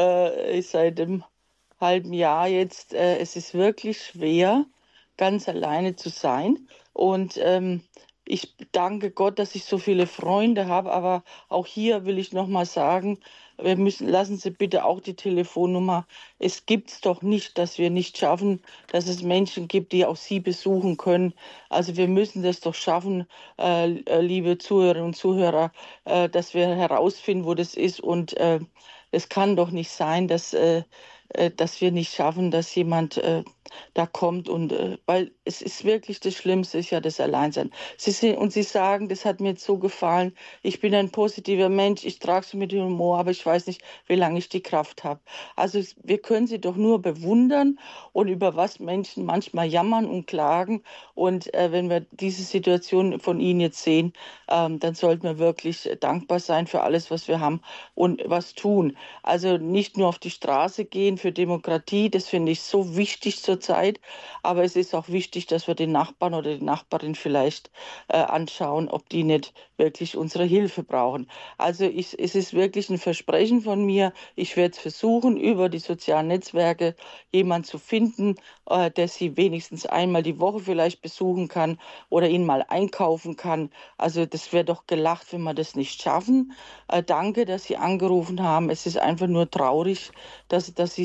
Seit einem halben Jahr jetzt. Es ist wirklich schwer, ganz alleine zu sein. Und ich danke Gott, dass ich so viele Freunde habe. Aber auch hier will ich noch mal sagen, lassen Sie bitte auch die Telefonnummer. Es gibt's doch nicht, dass wir nicht schaffen, dass es Menschen gibt, die auch Sie besuchen können. Also wir müssen das doch schaffen, liebe Zuhörerinnen und Zuhörer, dass wir herausfinden, wo das ist. Und es kann doch nicht sein, dass wir nicht schaffen, dass jemand da kommt. Und weil es ist wirklich das Schlimmste, ist ja das Alleinsein. Sie sagen, das hat mir jetzt so gefallen, ich bin ein positiver Mensch, ich trage es mit Humor, aber ich weiß nicht, wie lange ich die Kraft habe. Also wir können sie doch nur bewundern und über was Menschen manchmal jammern und klagen. Und wenn wir diese Situation von Ihnen jetzt sehen, dann sollten wir wirklich dankbar sein für alles, was wir haben und was tun. Also nicht nur auf die Straße gehen für Demokratie, das finde ich so wichtig zurzeit, aber es ist auch wichtig, dass wir den Nachbarn oder die Nachbarin vielleicht anschauen, ob die nicht wirklich unsere Hilfe brauchen. Also es ist wirklich ein Versprechen von mir, ich werde es versuchen, über die sozialen Netzwerke jemanden zu finden, der sie wenigstens einmal die Woche vielleicht besuchen kann oder ihn mal einkaufen kann. Also das wäre doch gelacht, wenn wir das nicht schaffen. Danke, dass Sie angerufen haben. Es ist einfach nur traurig, dass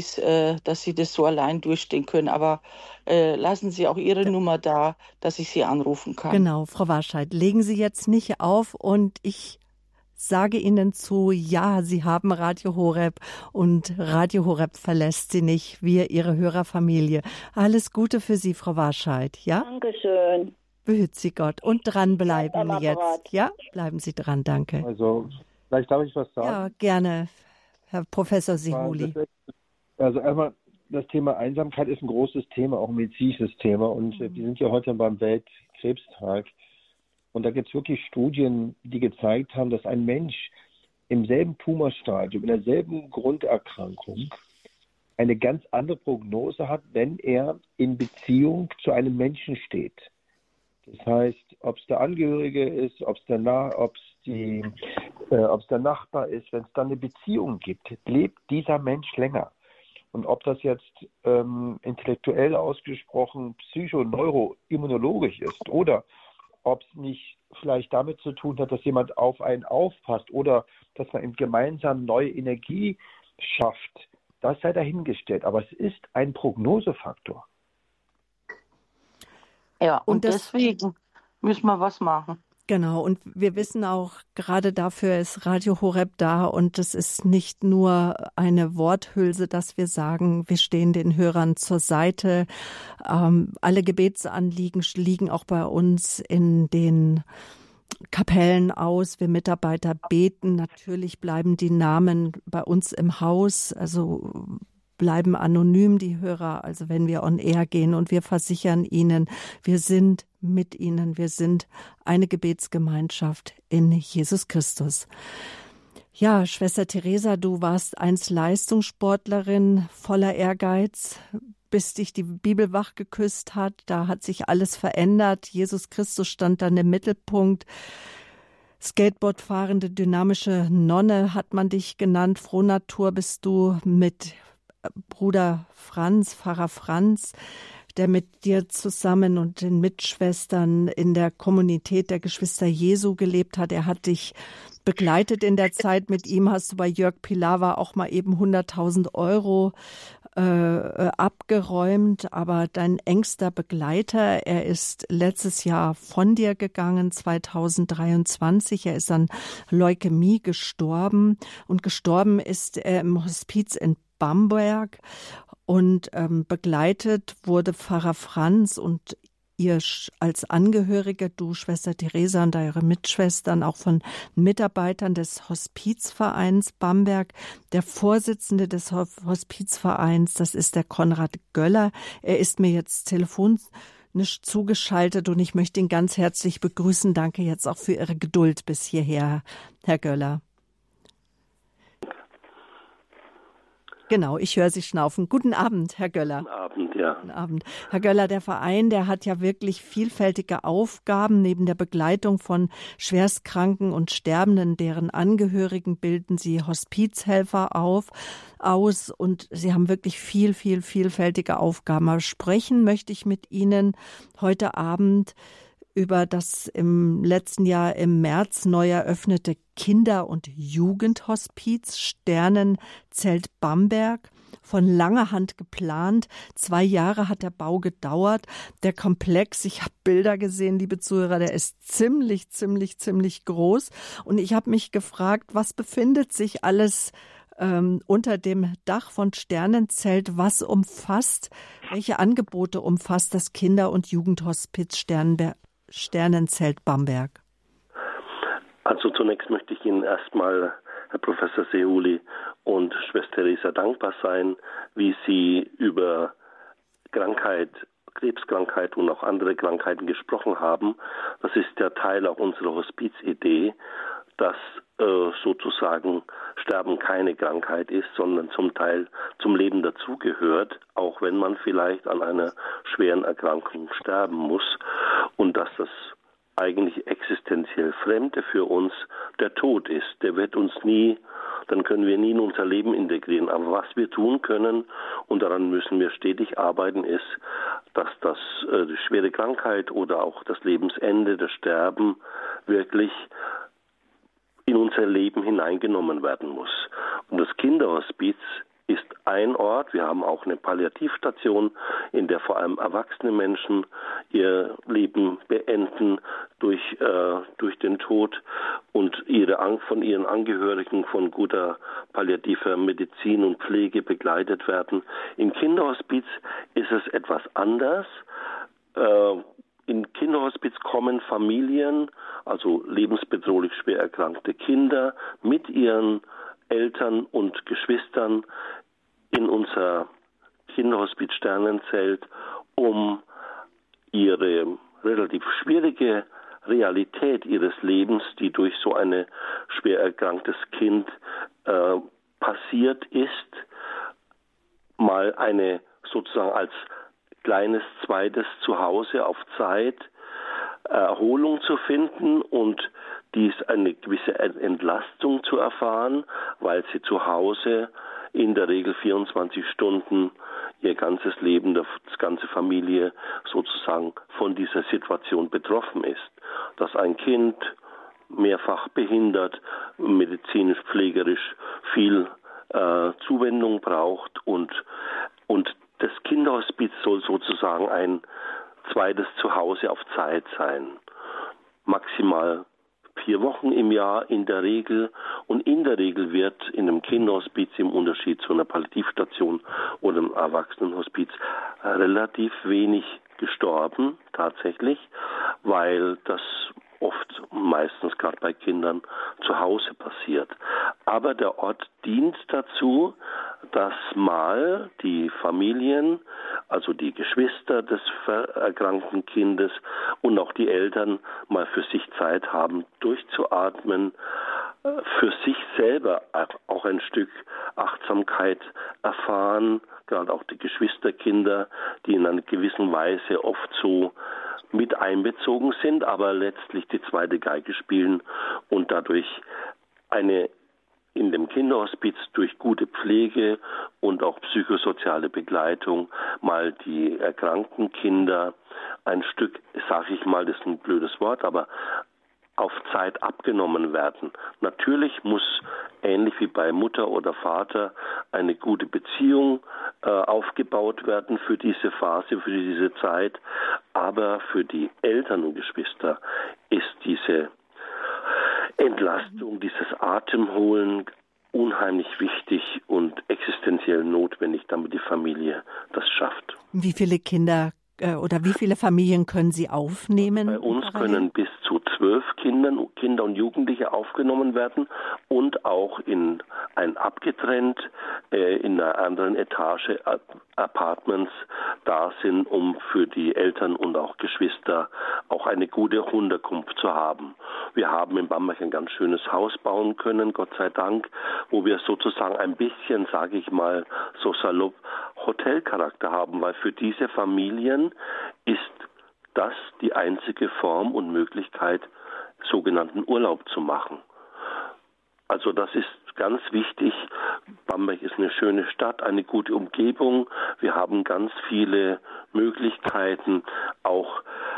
Sie das so allein durchstehen können. Aber lassen Sie auch Ihre Nummer da, dass ich Sie anrufen kann. Genau, Frau Warscheid, legen Sie jetzt nicht auf und ich sage Ihnen zu, ja, Sie haben Radio Horeb und Radio Horeb verlässt Sie nicht, wir, Ihre Hörerfamilie. Alles Gute für Sie, Frau Warscheid, ja? Dankeschön. Behüt Sie Gott und dranbleiben jetzt, ja? Bleiben Sie dran, danke. Also, vielleicht darf ich was sagen? Ja, gerne, Herr Professor Sihuli. Also einmal, das Thema Einsamkeit ist ein großes Thema, auch ein medizinisches Thema. Und wir sind ja heute beim Weltkrebstag. Und da gibt es wirklich Studien, die gezeigt haben, dass ein Mensch im selben Tumorstadium, in derselben Grunderkrankung eine ganz andere Prognose hat, wenn er in Beziehung zu einem Menschen steht. Das heißt, ob es der Angehörige ist, ob es der Nachbar ist, wenn es da eine Beziehung gibt, lebt dieser Mensch länger. Und ob das jetzt intellektuell ausgesprochen psychoneuroimmunologisch ist oder ob es nicht vielleicht damit zu tun hat, dass jemand auf einen aufpasst oder dass man eben gemeinsam neue Energie schafft, das sei dahingestellt. Aber es ist ein Prognosefaktor. Ja, und deswegen müssen wir was machen. Genau, und wir wissen auch, gerade dafür ist Radio Horeb da und es ist nicht nur eine Worthülse, dass wir sagen, wir stehen den Hörern zur Seite. Alle Gebetsanliegen liegen auch bei uns in den Kapellen aus. Wir Mitarbeiter beten. Natürlich bleiben die Namen bei uns im Haus, also bleiben anonym die Hörer, also wenn wir on air gehen, und wir versichern Ihnen, wir sind mit Ihnen, wir sind eine Gebetsgemeinschaft in Jesus Christus. Ja, Schwester Theresa, du warst einst Leistungssportlerin, voller Ehrgeiz, bis dich die Bibel wach geküsst hat. Da hat sich alles verändert. Jesus Christus stand dann im Mittelpunkt. Skateboardfahrende, dynamische Nonne hat man dich genannt. Frohnatur bist du mit Bruder Franz, Pfarrer Franz, der mit dir zusammen und den Mitschwestern in der Kommunität der Geschwister Jesu gelebt hat. Er hat dich begleitet in der Zeit. Mit ihm hast du bei Jörg Pilawa auch mal eben 100.000 Euro abgeräumt. Aber dein engster Begleiter, er ist letztes Jahr von dir gegangen, 2023. Er ist an Leukämie gestorben. Und gestorben ist er im Hospiz in Bamberg. Und begleitet wurde Pfarrer Franz und ihr als Angehörige, du Schwester Theresa und eure Mitschwestern, auch von Mitarbeitern des Hospizvereins Bamberg. Der Vorsitzende des Hospizvereins, das ist der Konrad Göller. Er ist mir jetzt telefonisch zugeschaltet und ich möchte ihn ganz herzlich begrüßen. Danke jetzt auch für Ihre Geduld bis hierher, Herr Göller. Genau, ich höre Sie schnaufen. Guten Abend, Herr Göller. Guten Abend, ja. Guten Abend. Herr Göller, der Verein, der hat ja wirklich vielfältige Aufgaben. Neben der Begleitung von Schwerstkranken und Sterbenden, deren Angehörigen, bilden Sie Hospizhelfer aus und Sie haben wirklich vielfältige Aufgaben. Aber sprechen möchte ich mit Ihnen heute Abend über das im letzten Jahr im März neu eröffnete Kinder- und Jugendhospiz Sternenzelt Bamberg. Von langer Hand geplant. 2 Jahre hat der Bau gedauert. Der Komplex, ich habe Bilder gesehen, liebe Zuhörer, der ist ziemlich groß. Und ich habe mich gefragt, was befindet sich alles unter dem Dach von Sternenzelt? Was umfasst, welche Angebote umfasst das Kinder- und Jugendhospiz Sternenzelt Bamberg? Also zunächst möchte ich Ihnen erstmal, Herr Professor Sehouli und Schwester Theresa, dankbar sein, wie Sie über Krankheit, Krebskrankheit und auch andere Krankheiten gesprochen haben. Das ist ja Teil auch unserer Hospizidee, dass sozusagen Sterben keine Krankheit ist, sondern zum Teil zum Leben dazugehört, auch wenn man vielleicht an einer schweren Erkrankung sterben muss, und dass das eigentlich existenziell Fremde für uns der Tod ist. Der wird uns nie, dann können wir nie in unser Leben integrieren. Aber was wir tun können, und daran müssen wir stetig arbeiten, ist, dass die schwere Krankheit oder auch das Lebensende, das Sterben wirklich in unser Leben hineingenommen werden muss. Und das Kinderhospiz ist ein Ort. Wir haben auch eine Palliativstation, in der vor allem erwachsene Menschen ihr Leben beenden durch den Tod und von ihren Angehörigen von guter palliativer Medizin und Pflege begleitet werden. Im Kinderhospiz ist es etwas anders. Im Kinderhospiz kommen Familien, also lebensbedrohlich schwer erkrankte Kinder, mit ihren Eltern und Geschwistern in unser Kinderhospiz Sternenzelt, um ihre relativ schwierige Realität ihres Lebens, die durch so ein schwer erkranktes Kind passiert ist, mal eine sozusagen als kleines zweites Zuhause auf Zeit Erholung zu finden und dies eine gewisse Entlastung zu erfahren, weil sie zu Hause in der Regel 24 Stunden ihr ganzes Leben, das ganze Familie sozusagen von dieser Situation betroffen ist. Dass ein Kind mehrfach behindert, medizinisch, pflegerisch viel Zuwendung braucht und das Kinderhospiz soll sozusagen ein zweites Zuhause auf Zeit sein. maximal 4 Wochen im Jahr in der Regel. Und in der Regel wird in einem Kinderhospiz im Unterschied zu einer Palliativstation oder einem Erwachsenenhospiz relativ wenig gestorben, tatsächlich, weil das oft, meistens gerade bei Kindern, zu Hause passiert. Aber der Ort dient dazu, dass mal die Familien, also die Geschwister des erkrankten Kindes und auch die Eltern mal für sich Zeit haben, durchzuatmen, für sich selber auch ein Stück Achtsamkeit erfahren, gerade auch die Geschwisterkinder, die in einer gewissen Weise oft so mit einbezogen sind, aber letztlich die zweite Geige spielen und dadurch in dem Kinderhospiz durch gute Pflege und auch psychosoziale Begleitung mal die erkrankten Kinder ein Stück, sage ich mal, das ist ein blödes Wort, aber auf Zeit abgenommen werden. Natürlich muss, ähnlich wie bei Mutter oder Vater, eine gute Beziehung aufgebaut werden für diese Phase, für diese Zeit. Aber für die Eltern und Geschwister ist diese Entlastung, dieses Atemholen unheimlich wichtig und existenziell notwendig, damit die Familie das schafft. Wie viele Kinder oder wie viele Familien können Sie aufnehmen? Bei uns können bis zu 12 Kinder und Jugendliche aufgenommen werden und auch in ein abgetrennt in einer anderen Etage Apartments da sind, um für die Eltern und auch Geschwister auch eine gute Unterkunft zu haben. Wir haben in Bamberg ein ganz schönes Haus bauen können, Gott sei Dank, wo wir sozusagen ein bisschen, sage ich mal, so salopp Hotelcharakter haben, weil für diese Familien ist das die einzige Form und Möglichkeit, sogenannten Urlaub zu machen. Also das ist ganz wichtig. Bamberg ist eine schöne Stadt, eine gute Umgebung. Wir haben ganz viele Möglichkeiten. Auch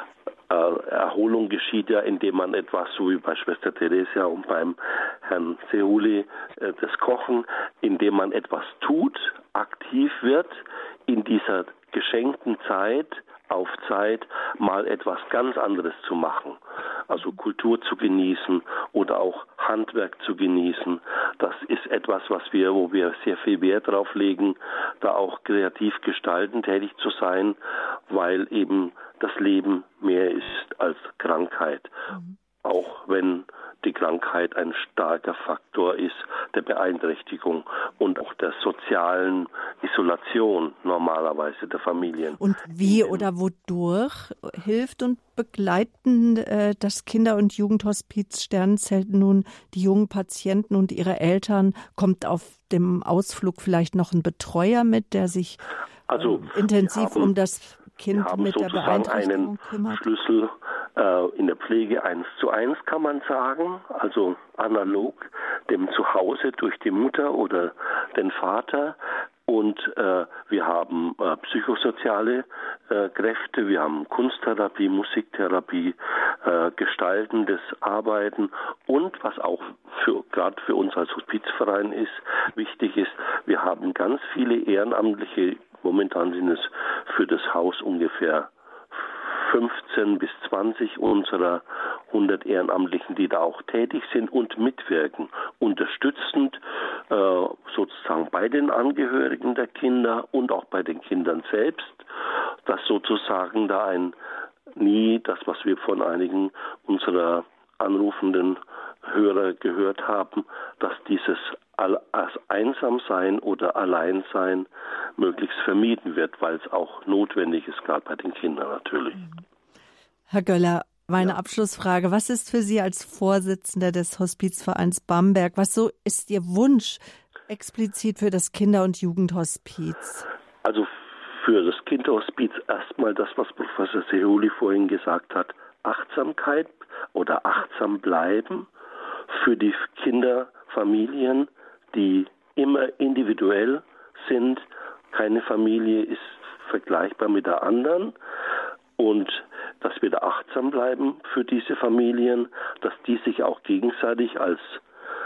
Erholung geschieht ja, indem man etwas, so wie bei Schwester Theresia und beim Herrn Seuli, das Kochen, indem man etwas tut, aktiv wird, in dieser geschenkten Zeit, auf Zeit, mal etwas ganz anderes zu machen. Also Kultur zu genießen oder auch Handwerk zu genießen. Das ist etwas, wo wir sehr viel Wert drauf legen, da auch kreativ gestalten tätig zu sein, weil eben das Leben mehr ist als Krankheit. Auch wenn die Krankheit ein starker Faktor ist der Beeinträchtigung und auch der sozialen Isolation normalerweise der Familien. Und wie oder wodurch hilft und begleiten das Kinder- und Jugendhospiz Sternenzelt nun die jungen Patienten und ihre Eltern? Kommt auf dem Ausflug vielleicht noch ein Betreuer mit, der sich intensiv um das Kind mit der Beeinträchtigung kümmert? Wir haben sozusagen einen Schlüssel in der Pflege 1:1, kann man sagen, also analog dem Zuhause durch die Mutter oder den Vater. Und wir haben psychosoziale Kräfte, wir haben Kunsttherapie, Musiktherapie, gestaltendes Arbeiten und was auch gerade für uns als Hospizverein wichtig ist, wir haben ganz viele Ehrenamtliche. Momentan sind es für das Haus ungefähr 15 bis 20 unserer 100 Ehrenamtlichen, die da auch tätig sind und mitwirken, unterstützend sozusagen bei den Angehörigen der Kinder und auch bei den Kindern selbst, dass sozusagen da das, was wir von einigen unserer anrufenden Hörer gehört haben, dass dieses Einsamsein oder Alleinsein möglichst vermieden wird, weil es auch notwendig ist, gerade bei den Kindern natürlich. Herr Göller, meine Abschlussfrage. Was ist für Sie als Vorsitzender des Hospizvereins Bamberg, was so ist Ihr Wunsch explizit für das Kinder- und Jugendhospiz? Also für das Kinderhospiz erstmal das, was Professor Seuli vorhin gesagt hat, Achtsamkeit oder achtsam bleiben für die Kinderfamilien, die immer individuell sind. Keine Familie ist vergleichbar mit der anderen. Und dass wir da achtsam bleiben für diese Familien, dass die sich auch gegenseitig als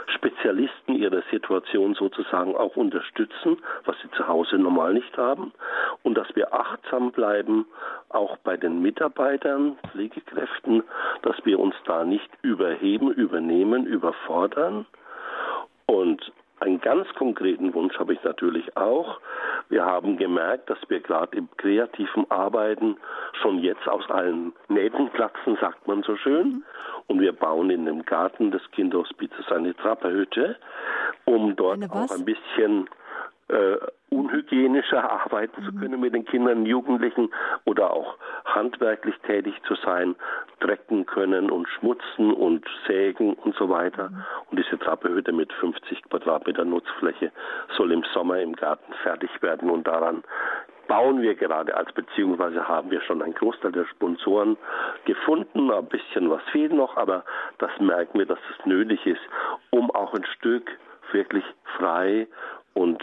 Spezialisten ihre Situation sozusagen auch unterstützen, was sie zu Hause normal nicht haben, und dass wir achtsam bleiben, auch bei den Mitarbeitern, Pflegekräften, dass wir uns da nicht überheben, übernehmen, überfordern. Und einen ganz konkreten Wunsch habe ich natürlich auch. Wir haben gemerkt, dass wir gerade im kreativen Arbeiten schon jetzt aus allen Nähten platzen, sagt man so schön. Und wir bauen in dem Garten des Kinderhospizes eine Trappehütte, um dort auch ein bisschen unhygienischer arbeiten zu können mit den Kindern und Jugendlichen oder auch handwerklich tätig zu sein, drecken können und schmutzen und sägen und so weiter. Und diese Trappehütte mit 50 Quadratmeter Nutzfläche soll im Sommer im Garten fertig werden, und daran bauen wir gerade, beziehungsweise haben wir schon einen Großteil der Sponsoren gefunden. Ein bisschen was fehlt noch, aber das merken wir, dass es nötig ist, um auch ein Stück wirklich frei und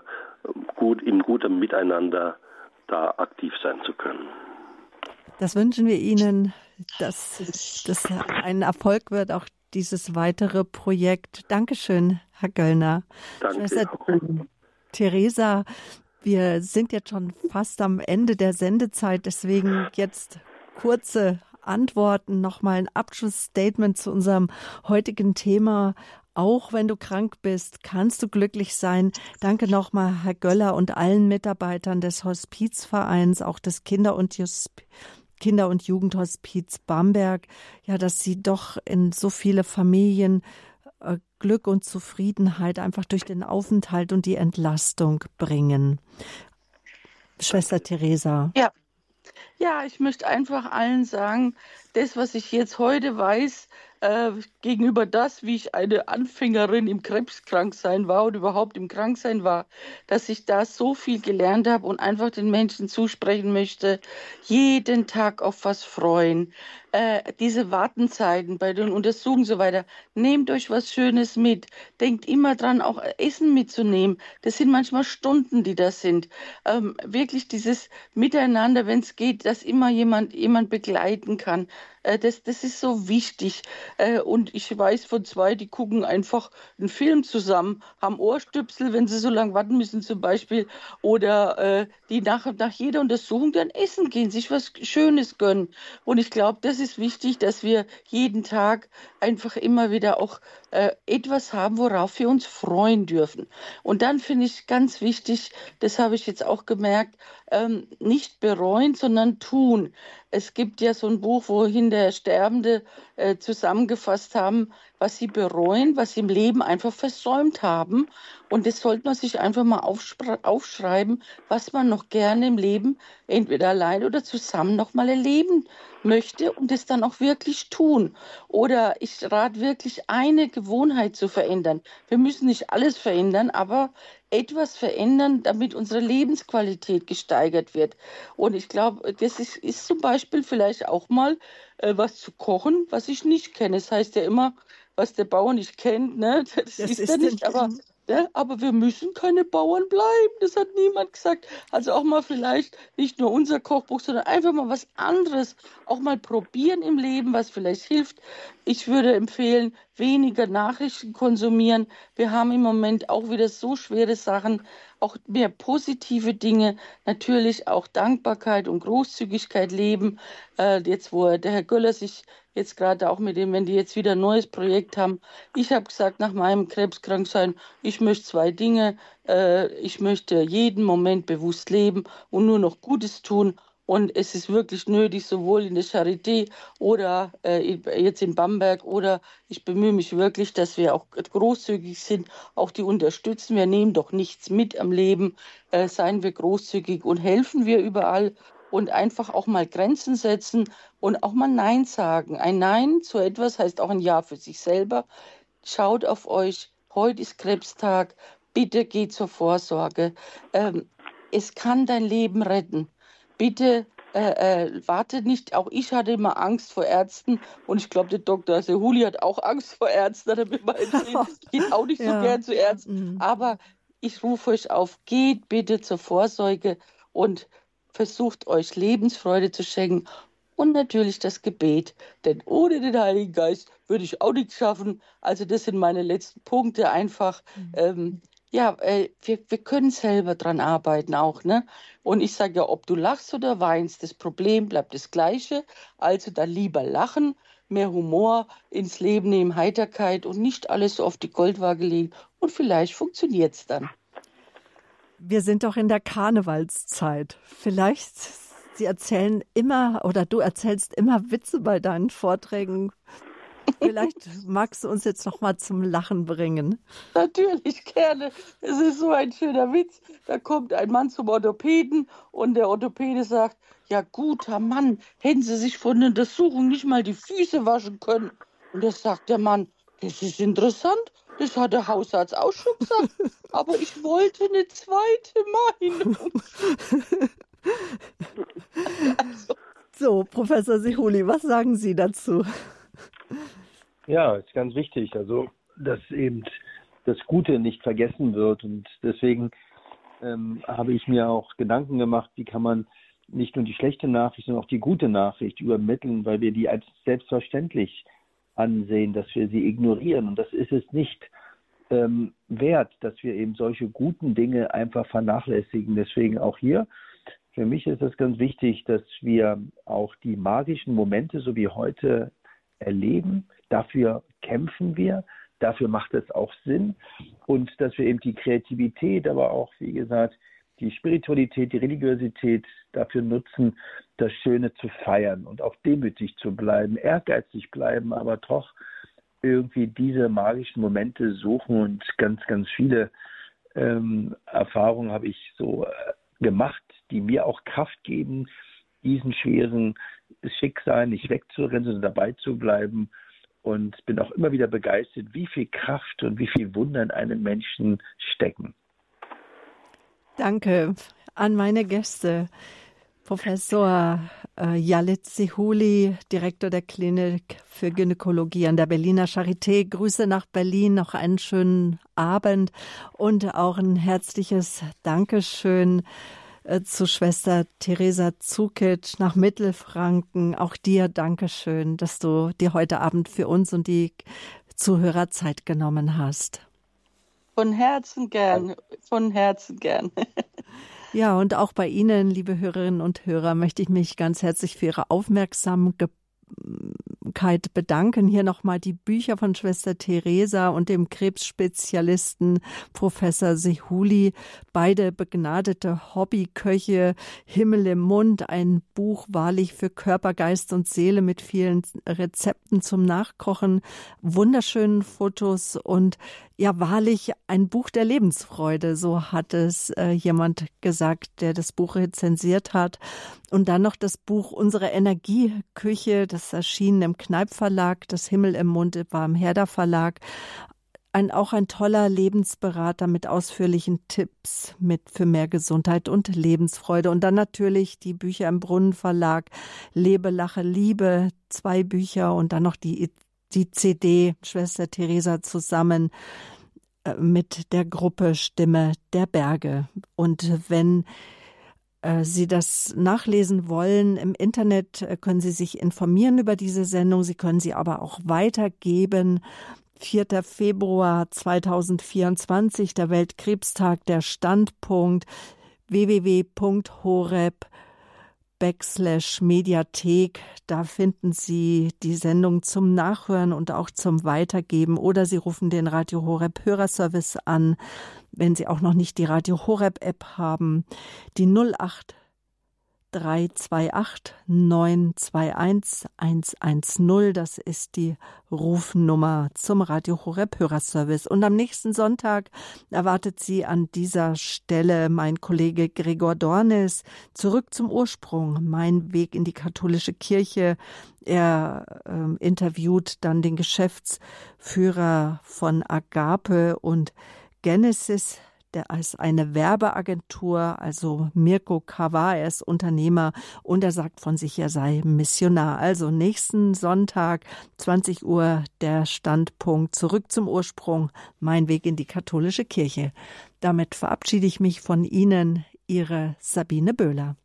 in gutem Miteinander da aktiv sein zu können. Das wünschen wir Ihnen, dass das ein Erfolg wird, auch dieses weitere Projekt. Dankeschön, Herr Göllner. Danke. Schwester Theresa, wir sind jetzt schon fast am Ende der Sendezeit, deswegen jetzt kurze Antworten, nochmal ein Abschlussstatement zu unserem heutigen Thema. Auch wenn du krank bist, kannst du glücklich sein. Danke nochmal, Herr Göller, und allen Mitarbeitern des Hospizvereins, auch des Kinder- und Jugendhospiz Bamberg, ja, dass sie doch in so viele Familien Glück und Zufriedenheit einfach durch den Aufenthalt und die Entlastung bringen. Schwester Theresa. Ja, ich möchte einfach allen sagen, das, was ich jetzt heute weiß, gegenüber das, wie ich eine Anfängerin im Krebskranksein war und überhaupt im Kranksein war, dass ich da so viel gelernt habe und einfach den Menschen zusprechen möchte, jeden Tag auf was freuen. Diese Wartenzeiten bei den Untersuchungen und so weiter, nehmt euch was Schönes mit. Denkt immer dran, auch Essen mitzunehmen. Das sind manchmal Stunden, die das sind. Wirklich dieses Miteinander, wenn es geht, dass immer jemand begleiten kann. Das ist so wichtig. Und ich weiß von zwei, die gucken einfach einen Film zusammen, haben Ohrstöpsel, wenn sie so lange warten müssen zum Beispiel. Oder die nach jeder Untersuchung dann essen gehen, sich was Schönes gönnen. Und ich glaube, das ist wichtig, dass wir jeden Tag einfach immer wieder auch etwas haben, worauf wir uns freuen dürfen. Und dann finde ich ganz wichtig, das habe ich jetzt auch gemerkt, nicht bereuen, sondern tun. Es gibt ja so ein Buch, wohin der Sterbende zusammengefasst haben, was sie bereuen, was sie im Leben einfach versäumt haben. Und das sollte man sich einfach mal aufschreiben, was man noch gerne im Leben entweder allein oder zusammen noch mal erleben möchte und das dann auch wirklich tun. Oder ich rate wirklich, eine Gewohnheit zu verändern. Wir müssen nicht alles verändern, aber etwas verändern, damit unsere Lebensqualität gesteigert wird. Und ich glaube, das ist zum Beispiel vielleicht auch mal was zu kochen, was ich nicht kenne. Es heißt ja immer, was der Bauer nicht kennt, ne? Das ist er nicht, aber wir müssen keine Bauern bleiben. Das hat niemand gesagt. Also auch mal vielleicht nicht nur unser Kochbuch, sondern einfach mal was anderes. Auch mal probieren im Leben, was vielleicht hilft. Ich würde empfehlen, weniger Nachrichten konsumieren. Wir haben im Moment auch wieder so schwere Sachen, auch mehr positive Dinge, natürlich auch Dankbarkeit und Großzügigkeit leben. Jetzt, wo der Herr Göller sich jetzt gerade auch mit dem, wenn die jetzt wieder ein neues Projekt haben. Ich habe gesagt, nach meinem Krebskranksein, ich möchte zwei Dinge. Ich möchte jeden Moment bewusst leben und nur noch Gutes tun. Und es ist wirklich nötig, sowohl in der Charité oder jetzt in Bamberg, oder ich bemühe mich wirklich, dass wir auch großzügig sind, auch die unterstützen. Wir nehmen doch nichts mit am Leben, seien wir großzügig und helfen wir überall. Und einfach auch mal Grenzen setzen und auch mal Nein sagen. Ein Nein zu etwas heißt auch ein Ja für sich selber. Schaut auf euch, heute ist Krebstag, bitte geht zur Vorsorge. Es kann dein Leben retten. Bitte warte nicht, auch ich hatte immer Angst vor Ärzten und ich glaube, der Dr. Sehuli hat auch Angst vor Ärzten, hat er mir mal erzählt. Ich gehe auch nicht so gern zu Ärzten, aber ich rufe euch auf, geht bitte zur Vorsorge und versucht euch Lebensfreude zu schenken und natürlich das Gebet, denn ohne den Heiligen Geist würde ich auch nicht schaffen. Also das sind meine letzten Punkte einfach. Wir können selber dran arbeiten auch, ne? Und ich sage ja, ob du lachst oder weinst, das Problem bleibt das Gleiche. Also dann lieber lachen, mehr Humor ins Leben nehmen, Heiterkeit und nicht alles so auf die Goldwaage legen. Und vielleicht funktioniert es dann. Wir sind doch in der Karnevalszeit. Vielleicht, Sie erzählen immer oder du erzählst immer Witze bei deinen Vorträgen. Vielleicht magst du uns jetzt noch mal zum Lachen bringen. Natürlich, gerne. Es ist so ein schöner Witz. Da kommt ein Mann zum Orthopäden und der Orthopäde sagt, ja guter Mann, hätten Sie sich vor der Untersuchung nicht mal die Füße waschen können? Und das sagt der Mann, das ist interessant, das hat der Hausarzt auch schon gesagt, aber ich wollte eine zweite Meinung. So, Professor Sehouli, was sagen Sie dazu? Ja, ist ganz wichtig, also dass eben das Gute nicht vergessen wird und deswegen habe ich mir auch Gedanken gemacht, wie kann man nicht nur die schlechte Nachricht, sondern auch die gute Nachricht übermitteln, weil wir die als selbstverständlich ansehen, dass wir sie ignorieren und das ist es nicht wert, dass wir eben solche guten Dinge einfach vernachlässigen. Deswegen auch hier, für mich ist es ganz wichtig, dass wir auch die magischen Momente, so wie heute, erleben. Dafür kämpfen wir. Dafür macht es auch Sinn. Und dass wir eben die Kreativität, aber auch, wie gesagt, die Spiritualität, die Religiosität dafür nutzen, das Schöne zu feiern und auch demütig zu bleiben, ehrgeizig bleiben, aber doch irgendwie diese magischen Momente suchen. Und ganz, ganz viele Erfahrungen habe ich so gemacht, die mir auch Kraft geben, diesen schweren Schicksal nicht wegzurennen, sondern dabei zu bleiben. Und bin auch immer wieder begeistert, wie viel Kraft und wie viel Wunder in einem Menschen stecken. Danke an meine Gäste. Professor Yalit Sehouli, Direktor der Klinik für Gynäkologie an der Berliner Charité. Grüße nach Berlin, noch einen schönen Abend und auch ein herzliches Dankeschön zu Schwester Theresa Zukic nach Mittelfranken. Auch dir Dankeschön, dass du dir heute Abend für uns und die Zuhörer Zeit genommen hast. Von Herzen gern, von Herzen gern. Ja, und auch bei Ihnen, liebe Hörerinnen und Hörer, möchte ich mich ganz herzlich für Ihre Aufmerksamkeit bedanken. Hier nochmal die Bücher von Schwester Theresa und dem Krebsspezialisten Professor Sehouli, beide begnadete Hobbyköche. Himmel im Mund, ein Buch wahrlich für Körper, Geist und Seele mit vielen Rezepten zum Nachkochen, wunderschönen Fotos und ja, wahrlich ein Buch der Lebensfreude, so hat es jemand gesagt, der das Buch rezensiert hat. Und dann noch das Buch Unsere Energieküche, das erschien im Kneipp Verlag, das Himmel im Mund war im Herder Verlag. Auch ein toller Lebensberater mit ausführlichen Tipps für mehr Gesundheit und Lebensfreude. Und dann natürlich die Bücher im Brunnen Verlag, Lebe, Lache, Liebe, 2 Bücher und dann noch die CD, Schwester Theresa zusammen mit der Gruppe Stimme der Berge. Und wenn Sie das nachlesen wollen, im Internet können Sie sich informieren über diese Sendung. Sie können sie aber auch weitergeben. 4. Februar 2024, der Weltkrebstag, der Standpunkt, www.horeb/Mediathek. Da finden Sie die Sendung zum Nachhören und auch zum Weitergeben. Oder Sie rufen den Radio Horeb Hörerservice an, wenn Sie auch noch nicht die Radio Horeb App haben. Die 08328 921 110. Das ist die Rufnummer zum Radio Horeb Hörerservice. Und am nächsten Sonntag erwartet Sie an dieser Stelle mein Kollege Gregor Dornis. Zurück zum Ursprung, mein Weg in die katholische Kirche. Er interviewt dann den Geschäftsführer von Agape und Genesis, der ist eine Werbeagentur, also Mirko Kawa, er ist Unternehmer und er sagt von sich, er sei Missionar. Also nächsten Sonntag, 20 Uhr, der Standpunkt Zurück zum Ursprung, mein Weg in die katholische Kirche. Damit verabschiede ich mich von Ihnen, Ihre Sabine Böhler.